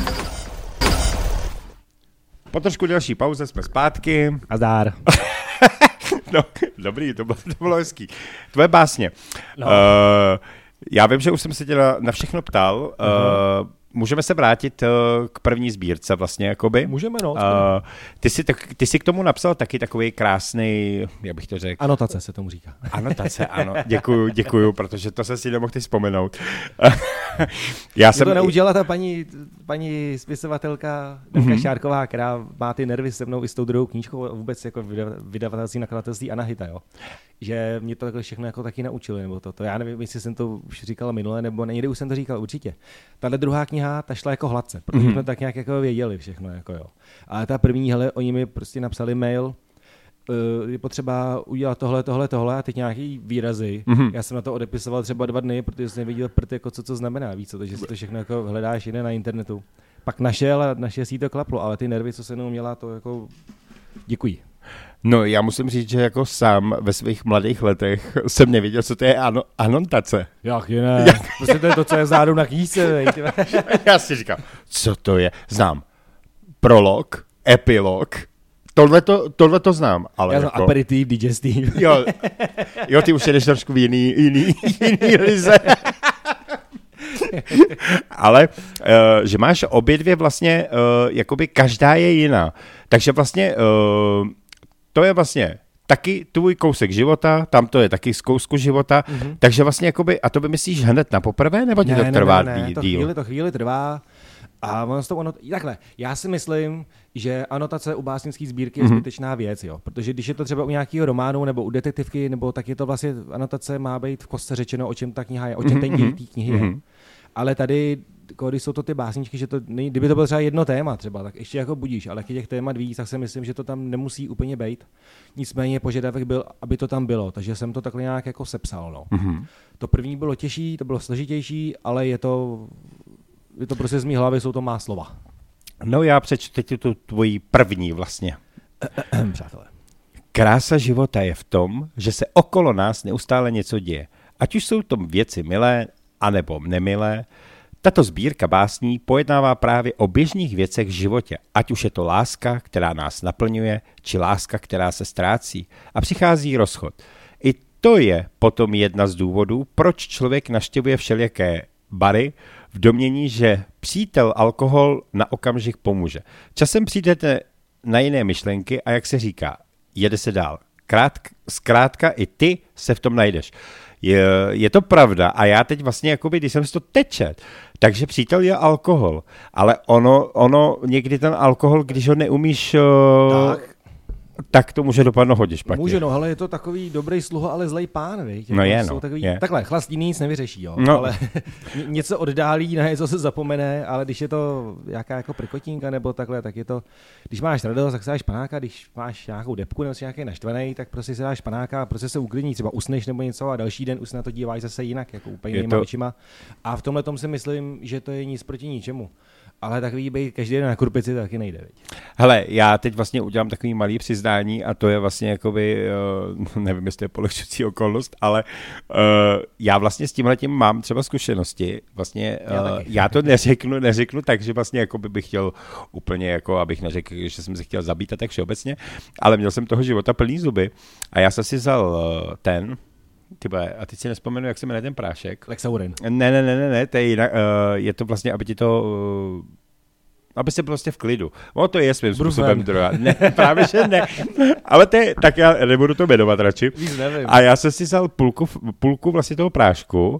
[SPEAKER 3] Po trošku delší pauze jsme zpátky.
[SPEAKER 2] A zdár.
[SPEAKER 3] No, dobrý, to bylo, to bylo hezký. Tvoje básně.
[SPEAKER 2] No.
[SPEAKER 3] Uh, já vím, že už jsem se tě na, na všechno ptal. Uh, můžeme se vrátit uh, k první sbírce vlastně, jakoby.
[SPEAKER 2] Můžeme, no.
[SPEAKER 3] Uh, ty, jsi, tak, ty jsi k tomu napsal taky takový krásný, jak bych to řekl.
[SPEAKER 2] Anotace se tomu říká.
[SPEAKER 3] Anotace, ano. Děkuju, děkuju, protože to se si nemohl ty vzpomenout. Já jsem
[SPEAKER 2] to neudělala ta paní, paní spisovatelka Danka mm-hmm. Šárková, která má ty nervy se mnou i s tou druhou knížkou a vůbec jako vydavatelství nakladatelství Anahita, jo. Že mě to takhle všechno jako taky naučili, nebo to, to. Já nevím, jestli jsem to už říkal minule, nebo někdy už jsem to říkal, určitě. Tahle druhá kniha, ta šla jako hladce, protože mm-hmm. jsme tak nějak jako věděli všechno, jako jo. Ale ta první, hele, oni mi prostě napsali mail, Uh, je potřeba udělat tohle, tohle, tohle a teď nějaký výrazy. Mm-hmm. Já jsem na to odepisoval třeba dva dny, protože jsem neviděl prd, jako co to znamená, víc, takže si to všechno jako hledáš jinde na internetu. Pak našel a našel si to klaplo, ale ty nervy, co se mnou měla, to jako děkuji.
[SPEAKER 3] No, já musím říct, že jako sám ve svých mladých letech jsem nevěděl, co to je ano, anotace.
[SPEAKER 2] Jak jiné? Prostě to je to, co je zádu na knížce.
[SPEAKER 3] Já si říkám, co to je? Znám prolog, epilog, tohleto, tohleto znám. Ale
[SPEAKER 2] já znám
[SPEAKER 3] jako...
[SPEAKER 2] aperitiv, digestiv.
[SPEAKER 3] Jo, jo, ty už jedeš trošku v jiný, jiný, jiný lize. Ale uh, že máš obě dvě vlastně, uh, jakoby každá je jiná. Takže vlastně uh, to je vlastně taky tvůj kousek života, tam to je taky z kousku života, mm-hmm. takže vlastně jakoby, a to vymyslíš hned na poprvé, nebo ti
[SPEAKER 2] ne,
[SPEAKER 3] to
[SPEAKER 2] ne,
[SPEAKER 3] trvá
[SPEAKER 2] ne, ne,
[SPEAKER 3] díl?
[SPEAKER 2] To chvíli, to chvíli trvá. A ono to, ono, takhle, já si myslím, že anotace u básnické sbírky je mm-hmm. zbytečná věc, jo, protože když je to třeba u nějakého románu nebo u detektivky, nebo tak je to vlastně, anotace má být v kostce řečeno, o čem ta kniha je, o čem mm-hmm. ten děj té knihy mm-hmm. je. Ale tady, když jsou to ty básničky, že to, kdyby to bylo třeba jedno téma třeba, tak ještě jako budíš, ale když těch témat víc, tak si myslím, že to tam nemusí úplně být. Nicméně požadavek byl, aby to tam bylo, takže jsem to takhle nějak jako sepsal. No. Mm-hmm. To první bylo těžší, to bylo složitější, ale je to, je to prostě z mý hlavy, jsou to má slova.
[SPEAKER 3] No já přečtu teď tu tvoji první vlastně.
[SPEAKER 2] Přátelé.
[SPEAKER 3] Krása života je v tom, že se okolo nás neustále něco děje. Ať už jsou to věci milé, anebo nemilé, tato sbírka básní pojednává právě o běžných věcech v životě, ať už je to láska, která nás naplňuje, či láska, která se ztrácí a přichází rozchod. I to je potom jedna z důvodů, proč člověk navštěvuje všelijaké bary v domnění, že přítel alkohol na okamžik pomůže. Časem přijdete na jiné myšlenky a jak se říká, jede se dál. Krátk, zkrátka i ty se v tom najdeš. Je, je to pravda a já teď vlastně, jakoby, když jsem si to tečet, takže přítel je alkohol, ale ono, ono někdy ten alkohol, když ho neumíš, tak, tak to může dopadnout hodně špatně.
[SPEAKER 2] Může, no, ale je to takový dobrý sluha, ale zlej pán, viď?
[SPEAKER 3] No je, no.
[SPEAKER 2] Takový,
[SPEAKER 3] je.
[SPEAKER 2] Takhle, chlastí nic nevyřeší, jo,
[SPEAKER 3] no.
[SPEAKER 2] Ale něco oddálí, na něco se zapomene, ale když je to nějaká jako prkotínka nebo takhle, tak je to, když máš radost, tak se dáš panáka, když máš nějakou depku nebo si nějaký naštvaný, tak prostě se dáš panáka a prostě se uklidní, třeba usneš nebo něco a další den už se na to díváš zase jinak, jako úplně jinýma to... očima. A v tomhle tom si myslím, že to je nic proti ničemu. Ale takový být každý den na kurpici taky nejde, viď?
[SPEAKER 3] Hele, já teď vlastně udělám takový malý přiznání a to je vlastně jakoby, uh, nevím, jestli je polehčující okolnost, ale uh, já vlastně s tímhletím mám třeba zkušenosti. Vlastně uh, já, já to neřeknu, neřeknu tak, že vlastně jakoby bych chtěl úplně jako, abych neřekl, že jsem se chtěl zabít a tak všeobecně, ale měl jsem toho života plný zuby a já jsem si vzal uh, ten, Tyba, a teď si nespomenu, jak se jmenuje ten prášek.
[SPEAKER 2] Lexaurin.
[SPEAKER 3] Ne, ne, ne, ne, ne, to je jinak, uh, je to vlastně, aby ti to, uh, aby se prostě v klidu. No to je svým způsobem droga. Ne, právě, že ne. Ale to je, tak já nebudu to jmenovat radši.
[SPEAKER 2] Víc nevím.
[SPEAKER 3] A já jsem si vzal půlku, půlku vlastně toho prášku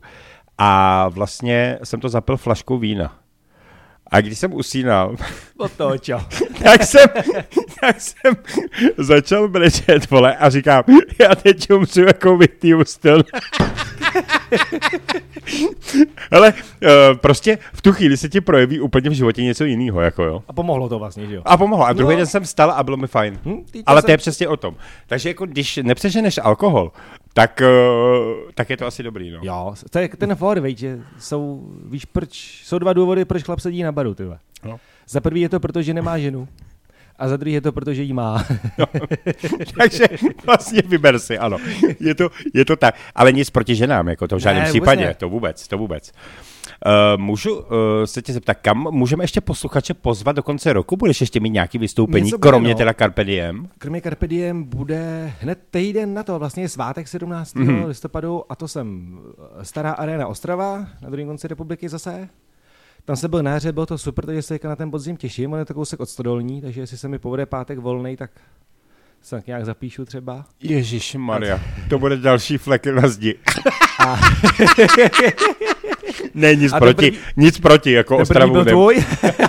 [SPEAKER 3] a vlastně jsem to zapil flaškou vína. A když jsem usínal,
[SPEAKER 2] od toho čo.
[SPEAKER 3] tak, jsem, tak jsem začal brečet, vole, a říkám, já teď umřu jako Whitney Houston. Ale uh, prostě v tu chvíli se ti projeví úplně v životě něco jiného, jako jo.
[SPEAKER 2] A pomohlo to vlastně, že jo?
[SPEAKER 3] A pomohlo. A druhý
[SPEAKER 2] no.
[SPEAKER 3] den jsem vstal a bylo mi fajn. Hm, Ale jsem... to je přesně o tom. Takže jako když nepřeženeš alkohol, tak, uh, tak je to asi dobrý, no.
[SPEAKER 2] Jo, to je ten for, veď, že jsou, víš proč, jsou dva důvody, proč chlap sedí na baru, tyhle. No. Za prvý je to proto, že nemá ženu. A za druhý je to, protože jí má.
[SPEAKER 3] No, takže vlastně vyber si, ano. Je to, je to tak. Ale nic proti ženám, jako to v žádném případě. Ne. To vůbec, to vůbec. Uh, můžu uh, se tě zeptat, kam můžeme ještě posluchače pozvat do konce roku? Budeš ještě mít nějaké vystoupení, bude, kromě no. teda Carpe Diem?
[SPEAKER 2] Kromě Carpe Diem bude hned týden na to, vlastně je svátek sedmnáctého Mm-hmm. listopadu a to jsem Stará Arena Ostrava, na druhém konci republiky zase. Tam se byl na hře, bylo to super, takže se na ten podzim těším, on je to kousek od Stodolní, takže jestli se mi povede pátek volnej, tak se tak nějak zapíšu třeba.
[SPEAKER 3] Ježišmarja, to bude další flek na zdi. A... ne, nic a proti, první... nic proti, jako Ostravu.
[SPEAKER 2] Byl tvůj?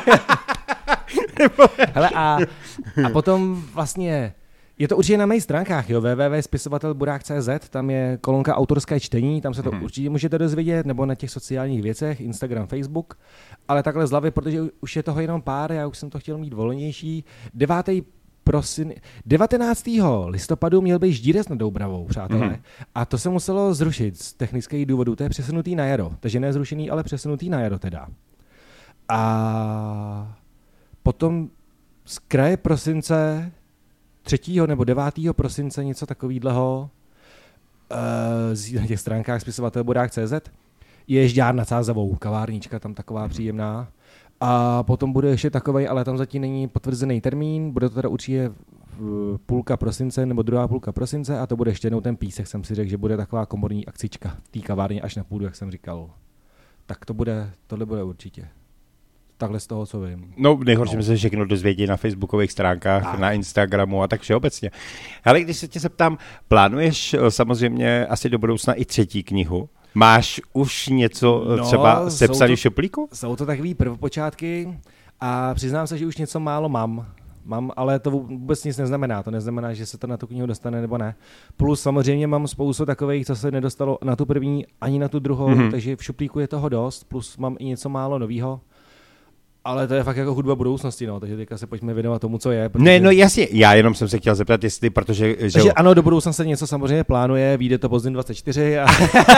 [SPEAKER 2] Hele, a, a potom vlastně... Je to určitě na mých stránkách, jo, w w w tečka spisovatel burák tečka c z, tam je kolonka autorské čtení, tam se to hmm. určitě můžete dozvědět, nebo na těch sociálních věcech, Instagram, Facebook, ale takhle z hlavy, protože už je toho jenom pár, já už jsem to chtěl mít volnější. devátého prosin... devatenáctého listopadu měl být Ždírec nad Doubravou, přátelé, hmm. a to se muselo zrušit z technických důvodů, to je přesunutý na jaro, takže ne zrušený, ale přesunutý na jaro teda. A potom z kraje prosince třetího nebo devátého prosince, něco takového, uh, na těch stránkách spisovatel bodák tečka cé zet, je Ježďár nad Sázavou, kavárnička tam taková příjemná. A potom bude ještě takovej, ale tam zatím není potvrzený termín, bude to teda určitě půlka prosince nebo druhá půlka prosince a to bude ještě jednou ten Písek, jsem si řekl, že bude taková komorní akcička v té kavárně až na půdu, jak jsem říkal. Tak to bude, tohle bude určitě. Takhle z toho, co vím.
[SPEAKER 3] No, nejhorší no. se všechno dozvědí na facebookových stránkách, tak. na Instagramu a tak všeobecně. Ale když se tě zeptám, plánuješ samozřejmě asi do budoucna i třetí knihu? Máš už něco no, třeba sepsaný v šuplíku?
[SPEAKER 2] Jsou to takový prvopočátky a přiznám se, že už něco málo mám. Mám, ale to vůbec nic neznamená. To neznamená, že se to na tu knihu dostane nebo ne. Plus samozřejmě mám spoustu takových, co se nedostalo na tu první ani na tu druhou, mm-hmm. takže v šuplíku je toho dost. Plus mám i něco málo novýho. Ale to je fakt jako hudba budoucnosti, no, takže teďka se pojďme věnovat tomu, co je. Protože...
[SPEAKER 3] Ne, no jasně, já jenom jsem se chtěl zeptat, jestli, protože...
[SPEAKER 2] Takže že... ano, do budoucna se něco samozřejmě plánuje, vyjde to pozdě dvacet čtyři a...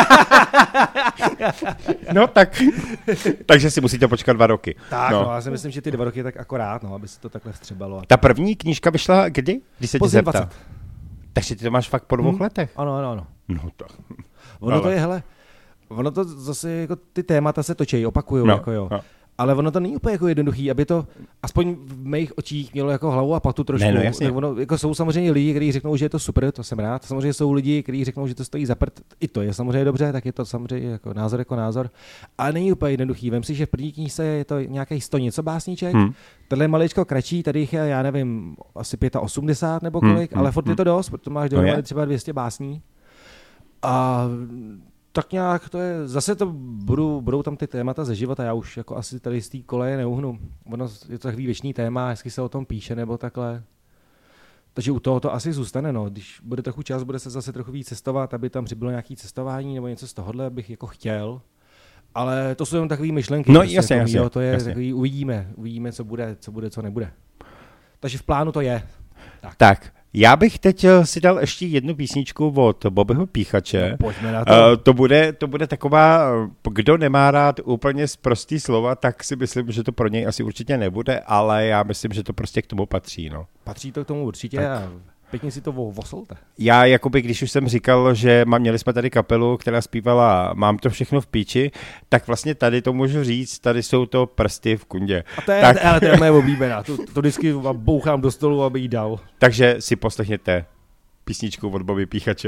[SPEAKER 3] No tak, takže si musíte počkat dva roky.
[SPEAKER 2] Tak,
[SPEAKER 3] no.
[SPEAKER 2] no, já si myslím, že ty dva roky tak akorát, no, aby se to takhle vstřebalo.
[SPEAKER 3] Ta první knížka vyšla kdy? Když se tě zeptá.
[SPEAKER 2] dvacet.
[SPEAKER 3] Takže ty to máš fakt po dvou
[SPEAKER 2] hmm.
[SPEAKER 3] letech?
[SPEAKER 2] Ano, ano, ano.
[SPEAKER 3] No to...
[SPEAKER 2] Ono ale... to je, hele, ono to zase, jako ty témata se točí, opakujou,
[SPEAKER 3] no,
[SPEAKER 2] jako jo.
[SPEAKER 3] No.
[SPEAKER 2] Ale ono to není úplně jako jednoduchý, aby to aspoň v mých očích mělo jako hlavu a patu trošku.
[SPEAKER 3] Ne, no jasně.
[SPEAKER 2] Ono, jako jsou samozřejmě lidi, kteří řeknou, že je to super, to jsem rád. Samozřejmě jsou lidi, kteří řeknou, že to stojí za prd. I to je samozřejmě dobře, tak je to samozřejmě jako názor jako názor. Ale není úplně jednoduchý. Vem si, že v první knížce je to nějakých sto něco básníček. Hmm. Tohle je maličko kratší, tady jich je, já nevím, asi osmdesát pět nebo kolik, hmm. ale furt hmm. je to dost, protože máš dohromady třeba dvě stě básní. A tak nějak to je, zase to budou, budou tam ty témata ze života, já už jako asi tady z té koleje neuhnu. Ono je to takový věčný téma, hezky se o tom píše nebo takhle. Takže u toho to asi zůstane, no. Když bude trochu čas, bude se zase trochu víc cestovat, aby tam přibylo nějaké cestování nebo něco z tohohle, bych jako chtěl. Ale to jsou jen takové myšlenky.
[SPEAKER 3] No
[SPEAKER 2] prostě
[SPEAKER 3] jasně,
[SPEAKER 2] jako,
[SPEAKER 3] jasně,
[SPEAKER 2] jo, to je
[SPEAKER 3] jasně.
[SPEAKER 2] takový, uvidíme, uvidíme, co bude, co bude, co nebude. Takže v plánu to je. Tak.
[SPEAKER 3] tak. Já bych teď si dal ještě jednu písničku od Bobbyho Píchače.
[SPEAKER 2] No, pojďme na to.
[SPEAKER 3] Uh, to, bude, to bude taková, kdo nemá rád úplně prostý slova, tak si myslím, že to pro něj asi určitě nebude, ale já myslím, že to prostě k tomu patří. No.
[SPEAKER 2] Patří to k tomu určitě tak. A pěkně si to vosolte.
[SPEAKER 3] Já, jakoby, když už jsem říkal, že má, měli jsme tady kapelu, která zpívala Mám to všechno v píči, tak vlastně tady to můžu říct, tady jsou to Prsty v kundě.
[SPEAKER 2] A to je,
[SPEAKER 3] tak...
[SPEAKER 2] ale to je moje oblíbená, to, to vždycky bouchám do stolu, aby jí dal.
[SPEAKER 3] Takže si poslechněte písničku od Bobby Píchače.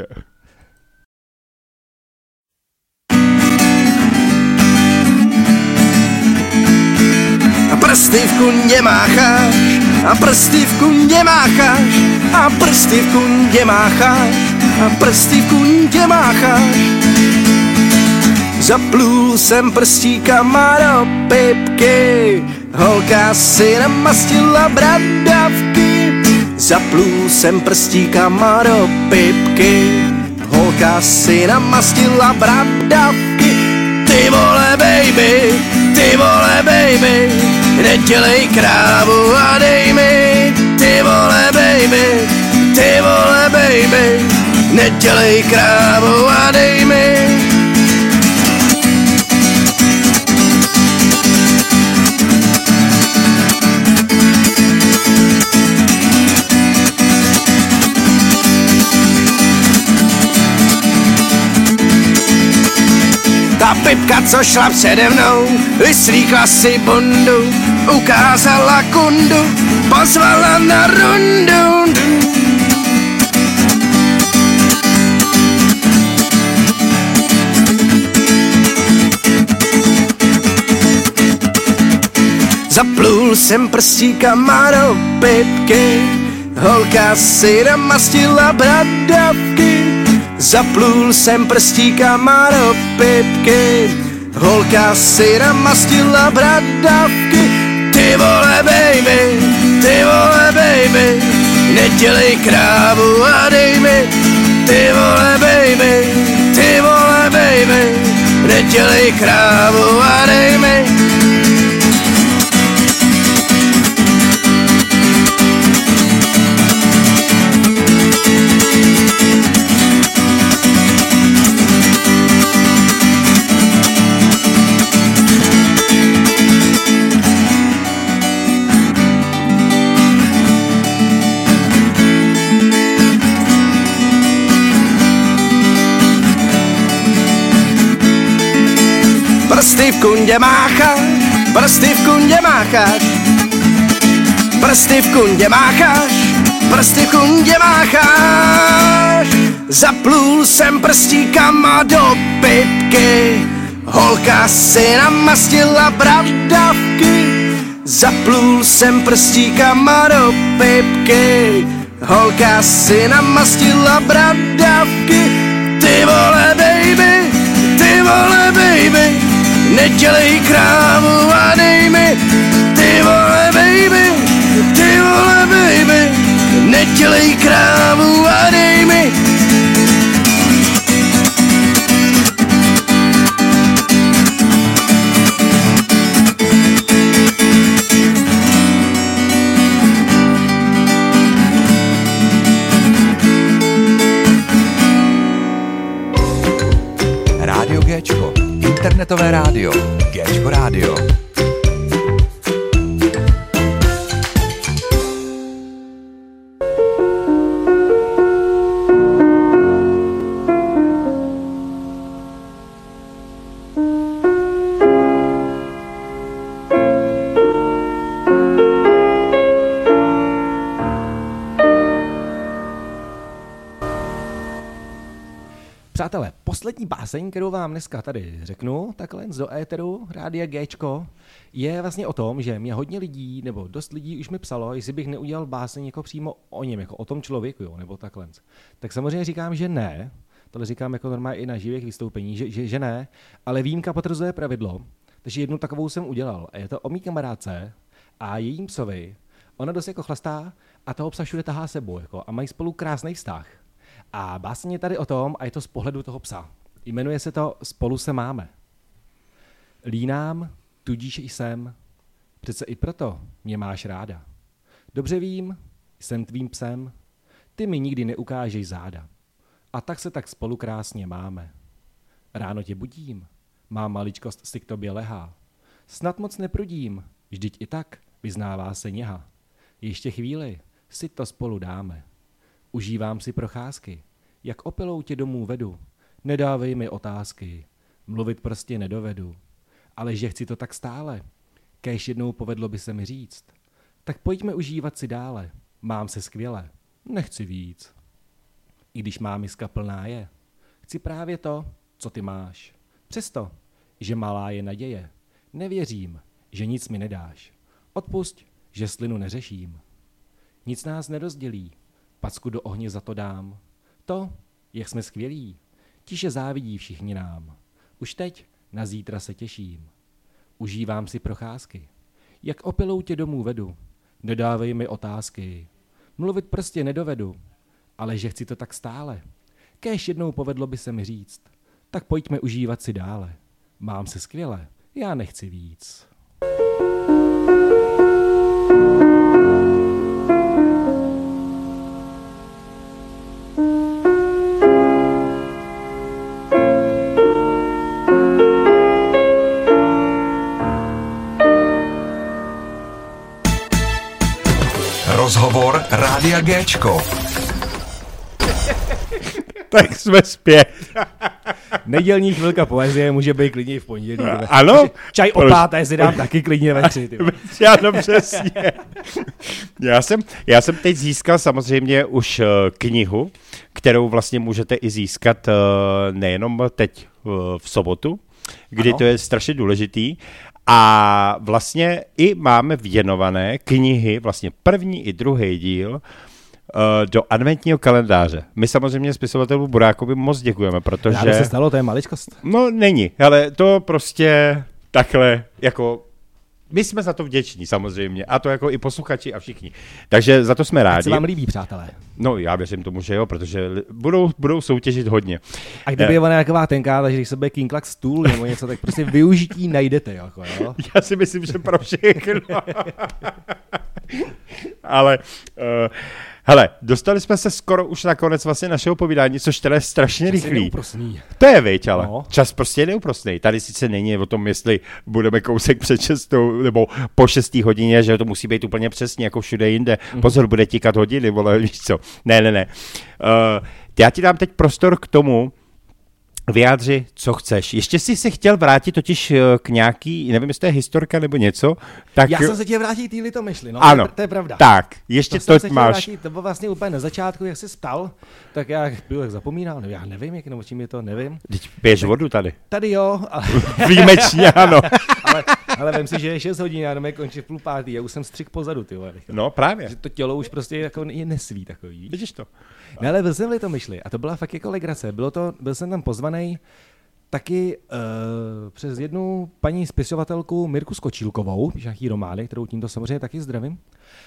[SPEAKER 4] A prsty v kundě mácháš, a prsty v kundě mácháš, a prsty v kundě mácháš, a prsty v kundě mácháš. Zaplul jsem prstíkama do pipky, holka si namastila bradavky. Zaplul jsem prstíkama do pipky, holka si namastila bradavky. Ty vole baby, ty vole baby, nedělej krávu a dej mi. Ty vole baby, ty vole baby, nedělej krávu a dej mi. Ta pipka, co šla přede mnou, vyslíchla si bundu, ukázala kundu, pozvala na rundu. Zaplul jsem prstíkama do pipky, holka si namastila bradavky. Zaplul jsem prstíkama do pipky, holka si namastila bradavky. Ty vole baby, ty vole baby, nedělej krávu a dej mi. Ty vole baby, ty vole baby, nedělej krávu a dej mi. prsty v kundě mácháš, prsty v kundě mácháš, prsty v kundě mácháš, prsty v kundě mácháš. Zaplul jsem prstíkama do pipky, holka si namastila bradavky. Zaplul jsem prstíkama do pipky, holka si namastila bradavky. Ty vole baby, ty vole baby, nedělej krávu a dej mi. Ty vole baby, ty vole baby, nedělej krávu a dej mi.
[SPEAKER 1] Rádio Géčko, internetové rádio, Géčko rádio.
[SPEAKER 2] Přátelé, poslední báseň, kterou vám dneska tady řeknu, takhle do éteru Rádia Géčko, je vlastně o tom, že mě hodně lidí, nebo dost lidí už mi psalo, jestli bych neudělal báseň jako přímo o něm, jako o tom člověku, jo, nebo takhle. Tak samozřejmě říkám, že ne, tohle říkám jako normálně i na živých vystoupení, že, že, že ne, ale výjimka potvrzuje pravidlo, takže jednu takovou jsem udělal a je to o mý kamarádce a jejím psovi. Ona dost jako chlastá a toho psa všude tahá sebou jako, a mají spolu krásný vztah. A báseň je tady o tom, a je to z pohledu toho psa. Jmenuje se to Spolu se máme. Línám, tudíž jsem, přece i proto mě máš ráda. Dobře vím, jsem tvým psem, ty mi nikdy neukážeš záda. A tak se tak spolu krásně máme. Ráno tě budím, má maličkost si k tobě lehá. Snad moc neprudím, vždyť i tak vyznává se něha. Ještě chvíli si to spolu dáme. Užívám si procházky, jak opilou tě domů vedu. Nedávej mi otázky, mluvit prostě nedovedu. Ale že chci to tak stále, kéž jednou povedlo by se mi říct. Tak pojďme užívat si dále, mám se skvěle, nechci víc. I když má miska plná je, chci právě to, co ty máš. Přesto, že malá je naděje, nevěřím, že nic mi nedáš. Odpusť, že slinu neřeším. Nic nás nerozdělí, packu do ohně za to dám. To, jak jsme skvělí, tiše závidí všichni nám. Už teď na zítra se těším. Užívám si procházky, jak opilou tě domů vedu. Nedávej mi otázky, mluvit prostě nedovedu. Ale že chci to tak stále, kéž jednou povedlo by se mi říct. Tak pojďme užívat si dále. Mám se skvěle, já nechci víc.
[SPEAKER 1] Rozhovor Rádia Géčko.
[SPEAKER 3] Tak jsme zpět.
[SPEAKER 2] Nedělní chvilka poezie může být klidně i v pondělí.
[SPEAKER 3] Ano?
[SPEAKER 2] Čaj o páté si dám taky klidně ve tři.
[SPEAKER 3] Ano, přesně. Já jsem, já jsem teď získal samozřejmě už uh, knihu, kterou vlastně můžete i získat uh, nejenom teď uh, v sobotu, kdy ano. To je strašně důležitý. A vlastně i máme věnované knihy, vlastně první i druhý díl, uh, do adventního kalendáře. My samozřejmě spisovatelům Burákovi moc děkujeme, protože...
[SPEAKER 2] Já by se stalo, to je maličkost.
[SPEAKER 3] No není, ale to prostě takhle jako... My jsme za to vděční samozřejmě, a to jako i posluchači a všichni. Takže za to jsme rádi.
[SPEAKER 2] Jak se vám líbí, přátelé?
[SPEAKER 3] No já věřím tomu, že jo, protože budou, budou soutěžit hodně.
[SPEAKER 2] A kdyby je ona nějaká tenká, takže když se bude kinklak stůl nebo něco, tak prostě využití najdete. Jako, jo?
[SPEAKER 3] Já si myslím, že pro všechno. Ale... Uh, hele, dostali jsme se skoro už na konec vlastně našeho povídání, což teda je strašně rychlý. To je viď, ale no. Čas prostě je neúprosný. Tady sice není o tom, jestli budeme kousek před šestou nebo po šestý hodině, že to musí být úplně přesně, jako všude jinde. Mm-hmm. Pozor, bude tikat hodiny, vole, víš co. Ne, ne, ne. Uh, já ti dám teď prostor k tomu, vyjádři, co chceš. Ještě jsi se chtěl vrátit totiž k nějaký, nevím, jestli to je historka nebo něco. Tak...
[SPEAKER 2] Já jsem se chtěl vrátit týhle to myšli, no,
[SPEAKER 3] ano,
[SPEAKER 2] to, je, to je pravda.
[SPEAKER 3] Tak, ještě
[SPEAKER 2] to,
[SPEAKER 3] to máš.
[SPEAKER 2] Vrátit, to bylo vlastně úplně na začátku, jak jsi ptal, tak já byl jak zapomínal, já nevím, jak nebo čím je to, nevím.
[SPEAKER 3] Teď piješ vodu tady.
[SPEAKER 2] Tady jo. Ale...
[SPEAKER 3] Výjimečně, ano.
[SPEAKER 2] ale, ale vím si, že je šest hodin, já jenom končí v půl pátý, já už jsem střih pozadu, ty vole.
[SPEAKER 3] No právě.
[SPEAKER 2] Že to tělo už prostě jako je nesví takový, víš?
[SPEAKER 3] Vidíš to.
[SPEAKER 2] No ale byl jsem v to myšli a to byla fakt jako legrace. Bylo to, byl jsem tam pozvaný taky uh, přes jednu paní spisovatelku Mirku Skočílkovou, píše nějaký romány, kterou tímto samozřejmě taky zdravím.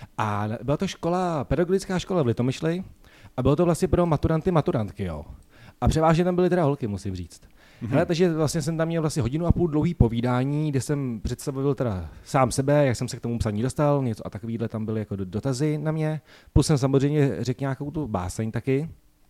[SPEAKER 2] A byla to škola, pedagogická škola v Litomyšli a bylo to vlastně pro maturanty, maturantky, jo. A převážně tam byly teda holky, musím říct. Mm-hmm. Hele, takže vlastně jsem tam měl vlastně hodinu a půl dlouhý povídání, kde jsem představil teda sám sebe, jak jsem se k tomu psaní dostal, něco a takovýhle tam byly jako dotazy na mě. Plus jsem samozřejmě řekl nějakou tu báseň taky.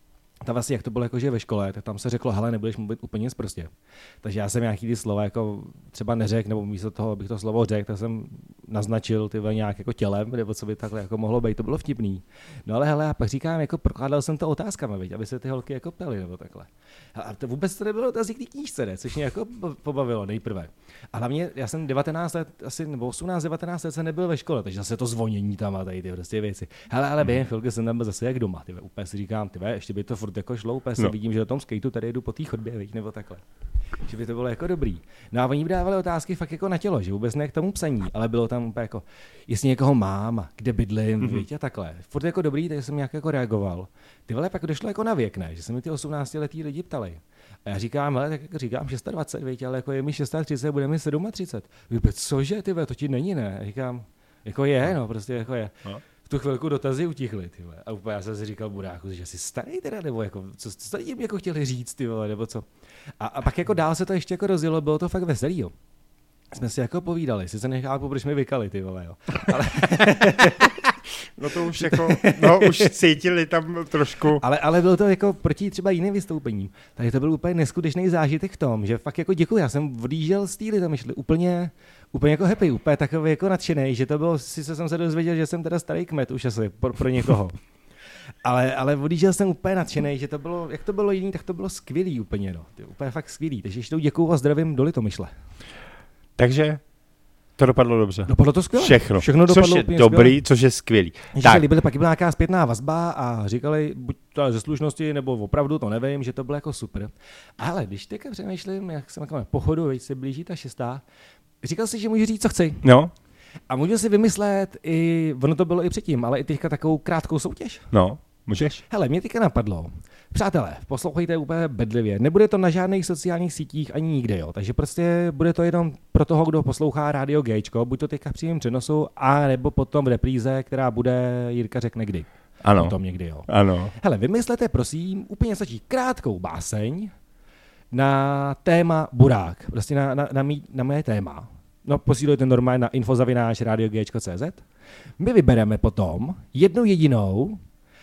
[SPEAKER 2] Ta vlastně, jak to bylo jakože ve škole, tak tam se řeklo, hele, nebudeš mluvit úplně sprostě. Takže já jsem nějaký ty slova jako třeba neřekl, nebo místo toho, abych to slovo řekl, tak jsem naznačil ty nějak jako tělem, nebo co by takhle jako mohlo být, to bylo vtipný. No ale hele, a pak říkám, jako prokládal jsem to otázkami, viď, aby se ty holky jako ptaly, nebo takhle. A to vůbec to nebylo otázky k té knížce, ne, což mě jako pobavilo nejprve. A hlavně já jsem devatenáct let, asi nebo osmnáct devatenáct let jsem nebyl ve škole, takže zase to zvonění tam a tady ty prostě věci. Hele, ale během chvilky jsem tam byl zase jak doma, ty úplně si říkám, ty ještě by to furt jako šlo, úplně no. Vidím, že na tom skateu tady jdu po té chodbě, víš, nebo takhle. Že by to bylo jako dobrý. No a oni dávali otázky fakt jako na tělo, že vůbec ne k tomu psaní, ale bylo tam úplně jako, jestli někoho mám, kde bydlím, mm-hmm. víš, a takhle. Furt jako dobrý, takže jsem nějak jako reagoval. Ty vole, pak došlo jako na věk, ne, že se mi ty osmnáctiletí lidi ptali. A já říkám, hele, tak jako říkám dvacet šest, víš, ale jako je mi třicet šest, bude mi třicet sedm. Vůbec, cože, ty vole, to ti není, ne? A říkám, jako je, no, prostě jako je. No. Tu chvilku dotazy utichly, ty vole. A úplně já jsem si říkal, buráku, že jsi starý teda, nebo jako, co, co tady jim jako chtěli říct, ty vole, nebo co. A, a pak jako dál se to ještě jako rozjelo, bylo to fakt veselý, jo. Jsme si jako povídali, sice nechápu, proč mi vykali, ty vole, jo. Ale...
[SPEAKER 3] no to už jako, no už cítili tam trošku.
[SPEAKER 2] Ale, ale bylo to jako proti třeba jiným vystoupením. Tady to byl úplně neskutečný zážitek v tom, že fakt jako děkuji, já jsem odjížděl z týly, tam šli úplně, úplně jako happy, úplně takový jako nadšený, že to bylo, sice jsem se dozvěděl, že jsem teda starý kmet už asi pro, pro někoho. Ale, ale odjížděl jsem úplně nadšený, že to bylo, jak to bylo jiný, tak to bylo skvělý úplně, no. To úplně fakt skvělý, takže ještě děkuju a zdravím do Litomyšle.
[SPEAKER 3] Takže to dopadlo dobře.
[SPEAKER 2] Dopadlo to skvěle.
[SPEAKER 3] Všechno.
[SPEAKER 2] Všechno dopadlo
[SPEAKER 3] což je
[SPEAKER 2] úplně
[SPEAKER 3] dobrý,
[SPEAKER 2] skvěle.
[SPEAKER 3] Což je skvělý.
[SPEAKER 2] Že tak. Líbili, pak byla nějaká zpětná vazba a říkali, buď to ze slušnosti, nebo opravdu, to nevím, že to bylo jako super. Ale když teďka přemýšlím, jak jsem jako po chodu, veď se blíží ta šestá, říkal si, že můžu říct, co chci.
[SPEAKER 3] No.
[SPEAKER 2] A můžu si vymyslet, i, ono to bylo i předtím, ale i teďka takovou krátkou soutěž.
[SPEAKER 3] No, můžeš.
[SPEAKER 2] Hele, mě teďka napadlo. Přátelé, poslouchejte úplně bedlivě. Nebude to na žádných sociálních sítích ani nikde, jo. Takže prostě bude to jenom pro toho, kdo poslouchá rádio Géčko, buď to teďka v přímém přenosu, a nebo potom v repríze, která bude, Jirka řekne kdy.
[SPEAKER 3] Ano.
[SPEAKER 2] Potom někdy, jo.
[SPEAKER 3] Ano.
[SPEAKER 2] Hele, vymyslete, prosím, úplně stačí krátkou báseň na téma Burák. Prostě na, na, na, mý, na mé téma. No, posílujte normálně na infozavináč radio géčko tečka cé zet. My vybereme potom jednu jedinou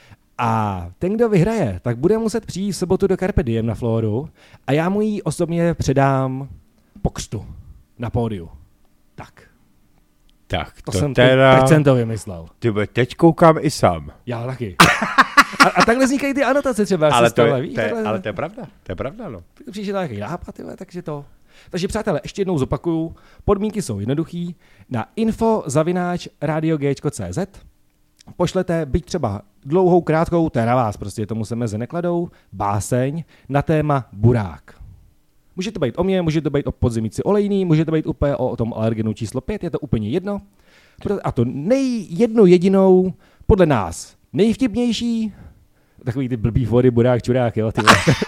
[SPEAKER 2] a ten, kdo vyhraje, tak bude muset přijít v sobotu do Carpe Diem na Floru a já mu ji osobně předám pokstu na pódiu. Tak.
[SPEAKER 3] Tak,
[SPEAKER 2] to,
[SPEAKER 3] to
[SPEAKER 2] jsem
[SPEAKER 3] teda...
[SPEAKER 2] teď jsem to vymyslel.
[SPEAKER 3] Ty bude, teď koukám i sám.
[SPEAKER 2] Já taky. a, a takhle vznikají ty anotace třeba.
[SPEAKER 3] Ale, to
[SPEAKER 2] stole,
[SPEAKER 3] je,
[SPEAKER 2] víš,
[SPEAKER 3] to je,
[SPEAKER 2] takhle...
[SPEAKER 3] ale to je pravda, to je pravda, no.
[SPEAKER 2] Tak přišel nějaký nápad, tyhle, takže to... Takže přátelé, ještě jednou zopakuju, podmínky jsou jednoduchý. Na info zavináč radio géčko tečka cé zet pošlete, byť třeba dlouhou, krátkou, to je na vás, prostě tomu se meze nekladou, báseň na téma Burák. Může to být o mě, může to být o podzimíci olejný, může to být úplně o, o tom alergenu číslo pět, je to úplně jedno. A to nejjednou jedinou, podle nás, nejvtipnější, takový ty blbý vody, Burák, čurák, jo, ty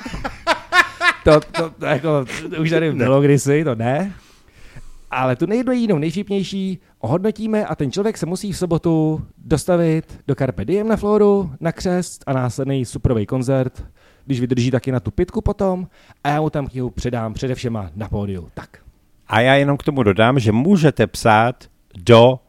[SPEAKER 2] to, to, to, jako, to už tady bylo kdysi, to ne. Ale tu nejjednou jedinou, nejvtipnější ohodnotíme a ten člověk se musí v sobotu dostavit do Carpe Diem na Floru, na křest a následný superový koncert, když vydrží taky na tu pitku potom a já mu tam knihu předám především na pódiu. Tak.
[SPEAKER 3] A já jenom k tomu dodám, že můžete psát do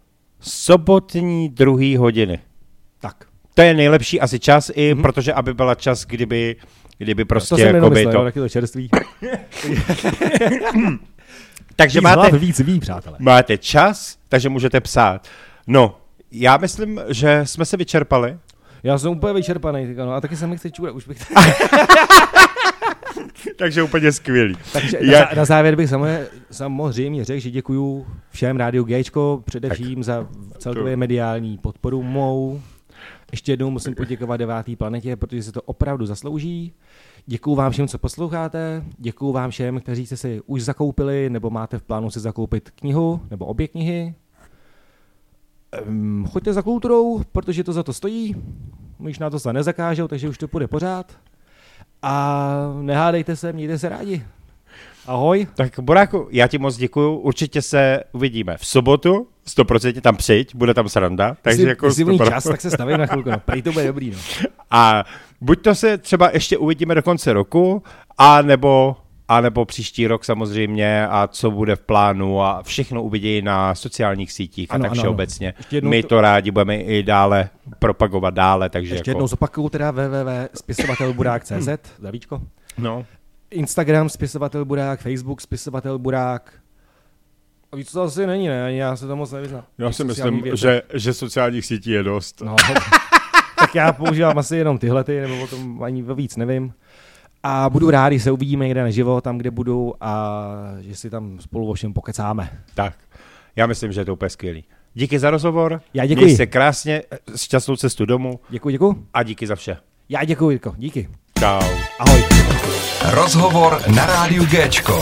[SPEAKER 3] sobotní druhé hodiny.
[SPEAKER 2] Tak.
[SPEAKER 3] To je nejlepší asi čas i,
[SPEAKER 2] mm-hmm.
[SPEAKER 3] protože aby byla čas, kdyby, kdyby prostě...
[SPEAKER 2] To jsem
[SPEAKER 3] jako
[SPEAKER 2] myslel,
[SPEAKER 3] to...
[SPEAKER 2] jo, taky to čerství.
[SPEAKER 3] Takže
[SPEAKER 2] víc
[SPEAKER 3] máte,
[SPEAKER 2] hlav, víc ví, přátelé.
[SPEAKER 3] Máte čas, takže můžete psát. No, já myslím, že jsme se vyčerpali.
[SPEAKER 2] Já jsem úplně vyčerpaný, no, a taky se mi chce čůrat, už bych...
[SPEAKER 3] Takže úplně skvělý.
[SPEAKER 2] Takže
[SPEAKER 3] Já...
[SPEAKER 2] na, na závěr bych samozřejmě, samozřejmě řekl, že děkuju všem Rádiu Géčko, především tak. za celkově to... mediální podporu mou. Ještě jednou musím poděkovat Devátý planetě, protože se to opravdu zaslouží. Děkuju vám všem, co posloucháte. Děkuju vám všem, kteří jste si už zakoupili nebo máte v plánu si zakoupit knihu nebo obě knihy. Um, choďte za kulturou, protože to za to stojí. Už na to se nezakážou, takže už to půjde pořád. A nehádejte se, mějte se rádi. Ahoj.
[SPEAKER 3] Tak Boráku, já ti moc děkuju. Určitě se uvidíme v sobotu. sto procent tam přijď, bude tam sranda. Takže
[SPEAKER 2] jestli,
[SPEAKER 3] jako
[SPEAKER 2] jestli bude čas, tak se stavím na chvilku. No. Prej to bude dobrý. No.
[SPEAKER 3] A buď to se třeba ještě uvidíme do konce roku, a nebo, a nebo příští rok samozřejmě, a co bude v plánu, a všechno uvidí na sociálních sítích ano, a tak ano, všeobecně. Ano. My to... to rádi budeme i dále propagovat dále. Takže
[SPEAKER 2] ještě
[SPEAKER 3] jako...
[SPEAKER 2] jednou zopakuju teda w w w tečka spisovatel burák tečka c z, Davíčko.
[SPEAKER 3] No.
[SPEAKER 2] Instagram spisovatel burák, Facebook spisovatel burák. A víc to asi není, ne? Já se to moc nevyznám.
[SPEAKER 3] Já si myslím, že, že sociálních sítí je dost.
[SPEAKER 2] No, tak já používám asi jenom tyhle, ty, nebo o tom ani víc nevím. A budu rád, když se uvidíme někde naživo, tam, kde budu, a že si tam spolu o všem pokecáme.
[SPEAKER 3] Tak, já myslím, že je to úplně skvělý. Díky za rozhovor.
[SPEAKER 2] Já děkuji.
[SPEAKER 3] Měj se krásně, šťastnou cestu domů.
[SPEAKER 2] Děkuji, děkuji.
[SPEAKER 3] A díky za vše.
[SPEAKER 2] Já děkuji, Jirko. Díky.
[SPEAKER 3] Čau.
[SPEAKER 2] Ahoj.
[SPEAKER 1] Rozhovor na rádiu Géčko.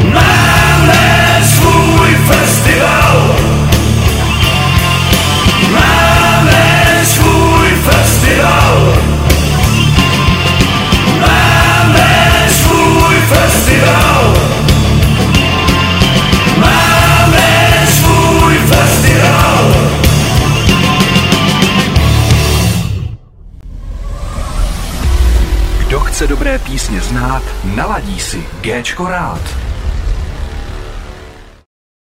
[SPEAKER 5] Máme svůj festival.
[SPEAKER 1] chce dobré písně znát, naladí si Géčko rád.